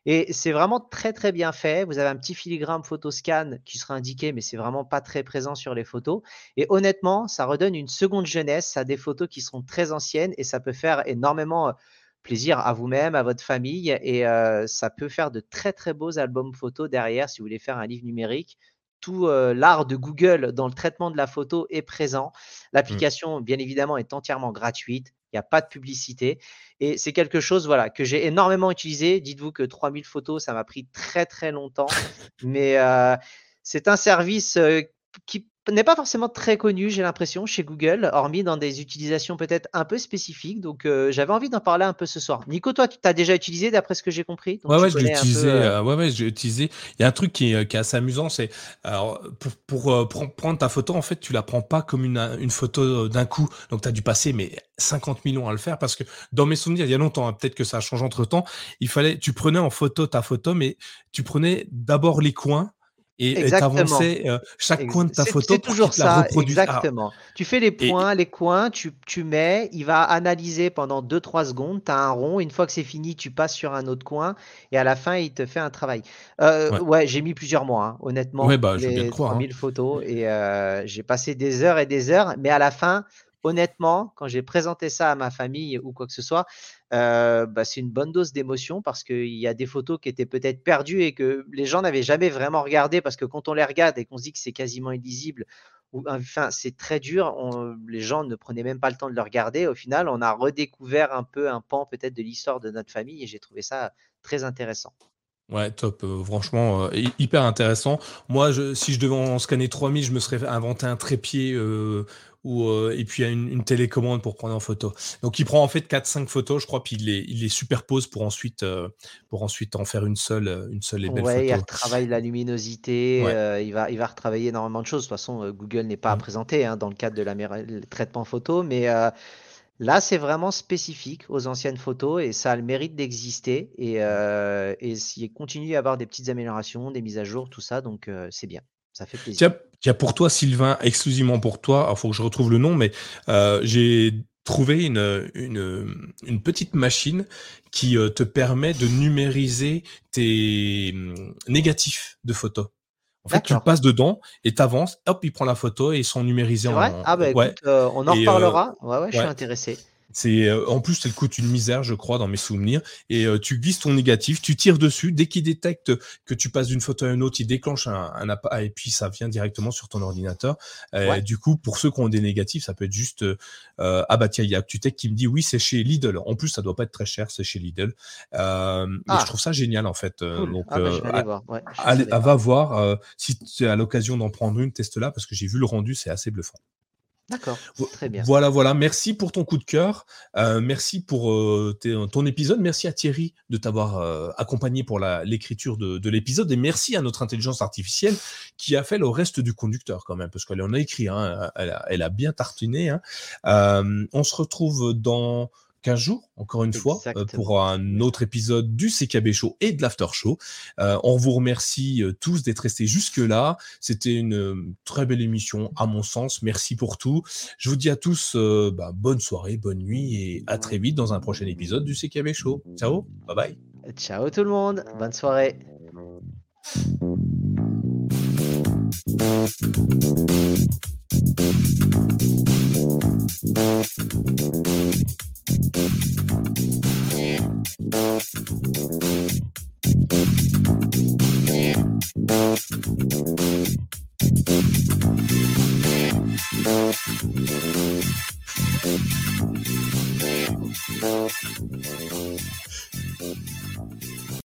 Et c'est vraiment très, très bien fait. Vous avez un petit filigrane photoscan qui sera indiqué, mais c'est vraiment pas très présent sur les photos. Et honnêtement, ça redonne une seconde jeunesse à des photos qui seront très anciennes et ça peut faire énormément euh, plaisir à vous-même, à votre famille et euh, ça peut faire de très, très beaux albums photos derrière si vous voulez faire un livre numérique. Tout euh, l'art de Google dans le traitement de la photo est présent. Mm. L'application, bien évidemment, est entièrement gratuite. Il n'y a pas de publicité. Et c'est quelque chose voilà, que j'ai énormément utilisé. Dites-vous que trois mille photos, ça m'a pris très, très longtemps. Mais euh, c'est un service euh, qui n'est pas forcément très connu, j'ai l'impression, chez Google, hormis dans des utilisations peut-être un peu spécifiques. Donc, euh, j'avais envie d'en parler un peu ce soir. Nico, toi, tu as déjà utilisé, d'après ce que j'ai compris. Donc, Ouais, tu ouais, je l'ai connais un peu. utilisé. euh, euh, ouais, ouais, je l'ai utilisé. Il y a un truc qui est, qui est assez amusant, c'est alors pour, pour euh, pren- prendre ta photo, en fait, tu la prends pas comme une, une photo d'un coup. Donc, tu as dû passer mais cinquante millions à le faire parce que dans mes souvenirs, il y a longtemps, hein, peut-être que ça a changé entre temps. Il fallait, tu prenais en photo ta photo, mais tu prenais d'abord les coins et tu Exactement. avançais chaque Ex coin de ta c'est photo c'est pour qu'il toujours te la ça, reproduise. Ah, exactement. Tu fais les et, points, les coins, tu tu mets, il va analyser pendant deux trois secondes, tu as un rond, une fois que c'est fini, tu passes sur un autre coin et à la fin, il te fait un travail. Heu, ouais, ouais, j'ai mis plusieurs mois, hein, ouais, honnêtement, bah, je veux bien te les croire, trois hein. mille photos et heu, j'ai passé des heures et des heures, mais à la fin, honnêtement, quand j'ai présenté ça à ma famille ou quoi que ce soit, heu, bah, c'est une bonne dose d'émotion parce qu'il y a des photos qui étaient peut-être perdues et que les gens n'avaient jamais vraiment regardé parce que quand on les regarde et qu'on se dit que c'est quasiment illisible ou enfin, c'est très dur, on les gens ne prenaient même pas le temps de le regarder. Au final, on a redécouvert un peu un pan peut-être de l'histoire de notre famille et j'ai trouvé ça très intéressant. Ouais, top. euh, franchement, euh, hy- hyper intéressant. Moi, je, si je devais en scanner trois mille, je me serais inventé un trépied euh, ou, euh, et puis une, une télécommande pour prendre en photo. Donc, il prend en fait quatre cinq photos, je crois, puis il les, il les superpose pour ensuite, euh, pour ensuite en faire une seule, euh, une seule et belle Ouais, il photo. retravaille la luminosité, Ouais. heu, il va il va retravailler énormément de choses. De toute façon, heu, Google n'est pas à Mm. présenter, hein, dans le cadre de la méra le traitement photo, mais heu, là, c'est vraiment spécifique aux anciennes photos et ça a le mérite d'exister et heu et s'il continue à y avoir des petites améliorations, des mises à jour, tout ça, donc heu, c'est bien. Ça fait plaisir. Tiens, tiens, pour toi, Sylvain, exclusivement pour toi, il faut que je retrouve le nom, mais euh, j'ai trouvé une, une, une petite machine qui euh, te permet de numériser tes hum, négatifs de photos. En fait, tu le D'accord. passes dedans et t'avances, hop, il prend la photo et ils sont numérisés C'est vrai? en. Ah bah, Ouais. écoute, heu, on en Et euh, reparlera. Ouais, ouais, je suis ouais. intéressé. C'est euh, en plus, elle coûte une misère, je crois, dans mes souvenirs. Et euh, tu glisses ton négatif, tu tires dessus. Dès qu'il détecte que tu passes d'une photo à une autre, il déclenche un, un appareil et puis ça vient directement sur ton ordinateur. Euh, Ouais. du coup, pour ceux qui ont des négatifs, ça peut être juste euh, ah bah tiens, il y a ActuTech qui me dit oui, c'est chez Lidl. En plus, ça doit pas être très cher, c'est chez Lidl. Euh, mais je Ah, trouve ça génial en fait. Euh, cool. donc Ah bah, je euh, vais aller voir. Ouais, je allez, savais pas. va voir euh, si tu as l'occasion d'en prendre une, teste-la parce que j'ai vu le rendu, c'est assez bluffant. D'accord, Vo- très bien. Voilà, voilà. Merci pour ton coup de cœur. Euh, merci pour euh, tes- ton épisode. Merci à Thierry de t'avoir euh, accompagné pour la- l'écriture de, de l'épisode. Et merci à notre intelligence artificielle qui a fait le reste du conducteur quand même, parce qu'elle en a écrit. Hein, elle, a, elle a bien tartiné. Hein. Euh, on se retrouve dans quinze jours, encore une fois, euh, Exactement. pour un autre épisode du C K B Show et de l'After Show. Euh, on vous remercie euh, tous d'être restés jusque-là. C'était une euh, très belle émission, à mon sens. Merci pour tout. Je vous dis à tous euh, bah, bonne soirée, bonne nuit et à très vite dans un prochain épisode du C K B Show. Ciao, bye bye. Ciao tout le monde, bonne soirée.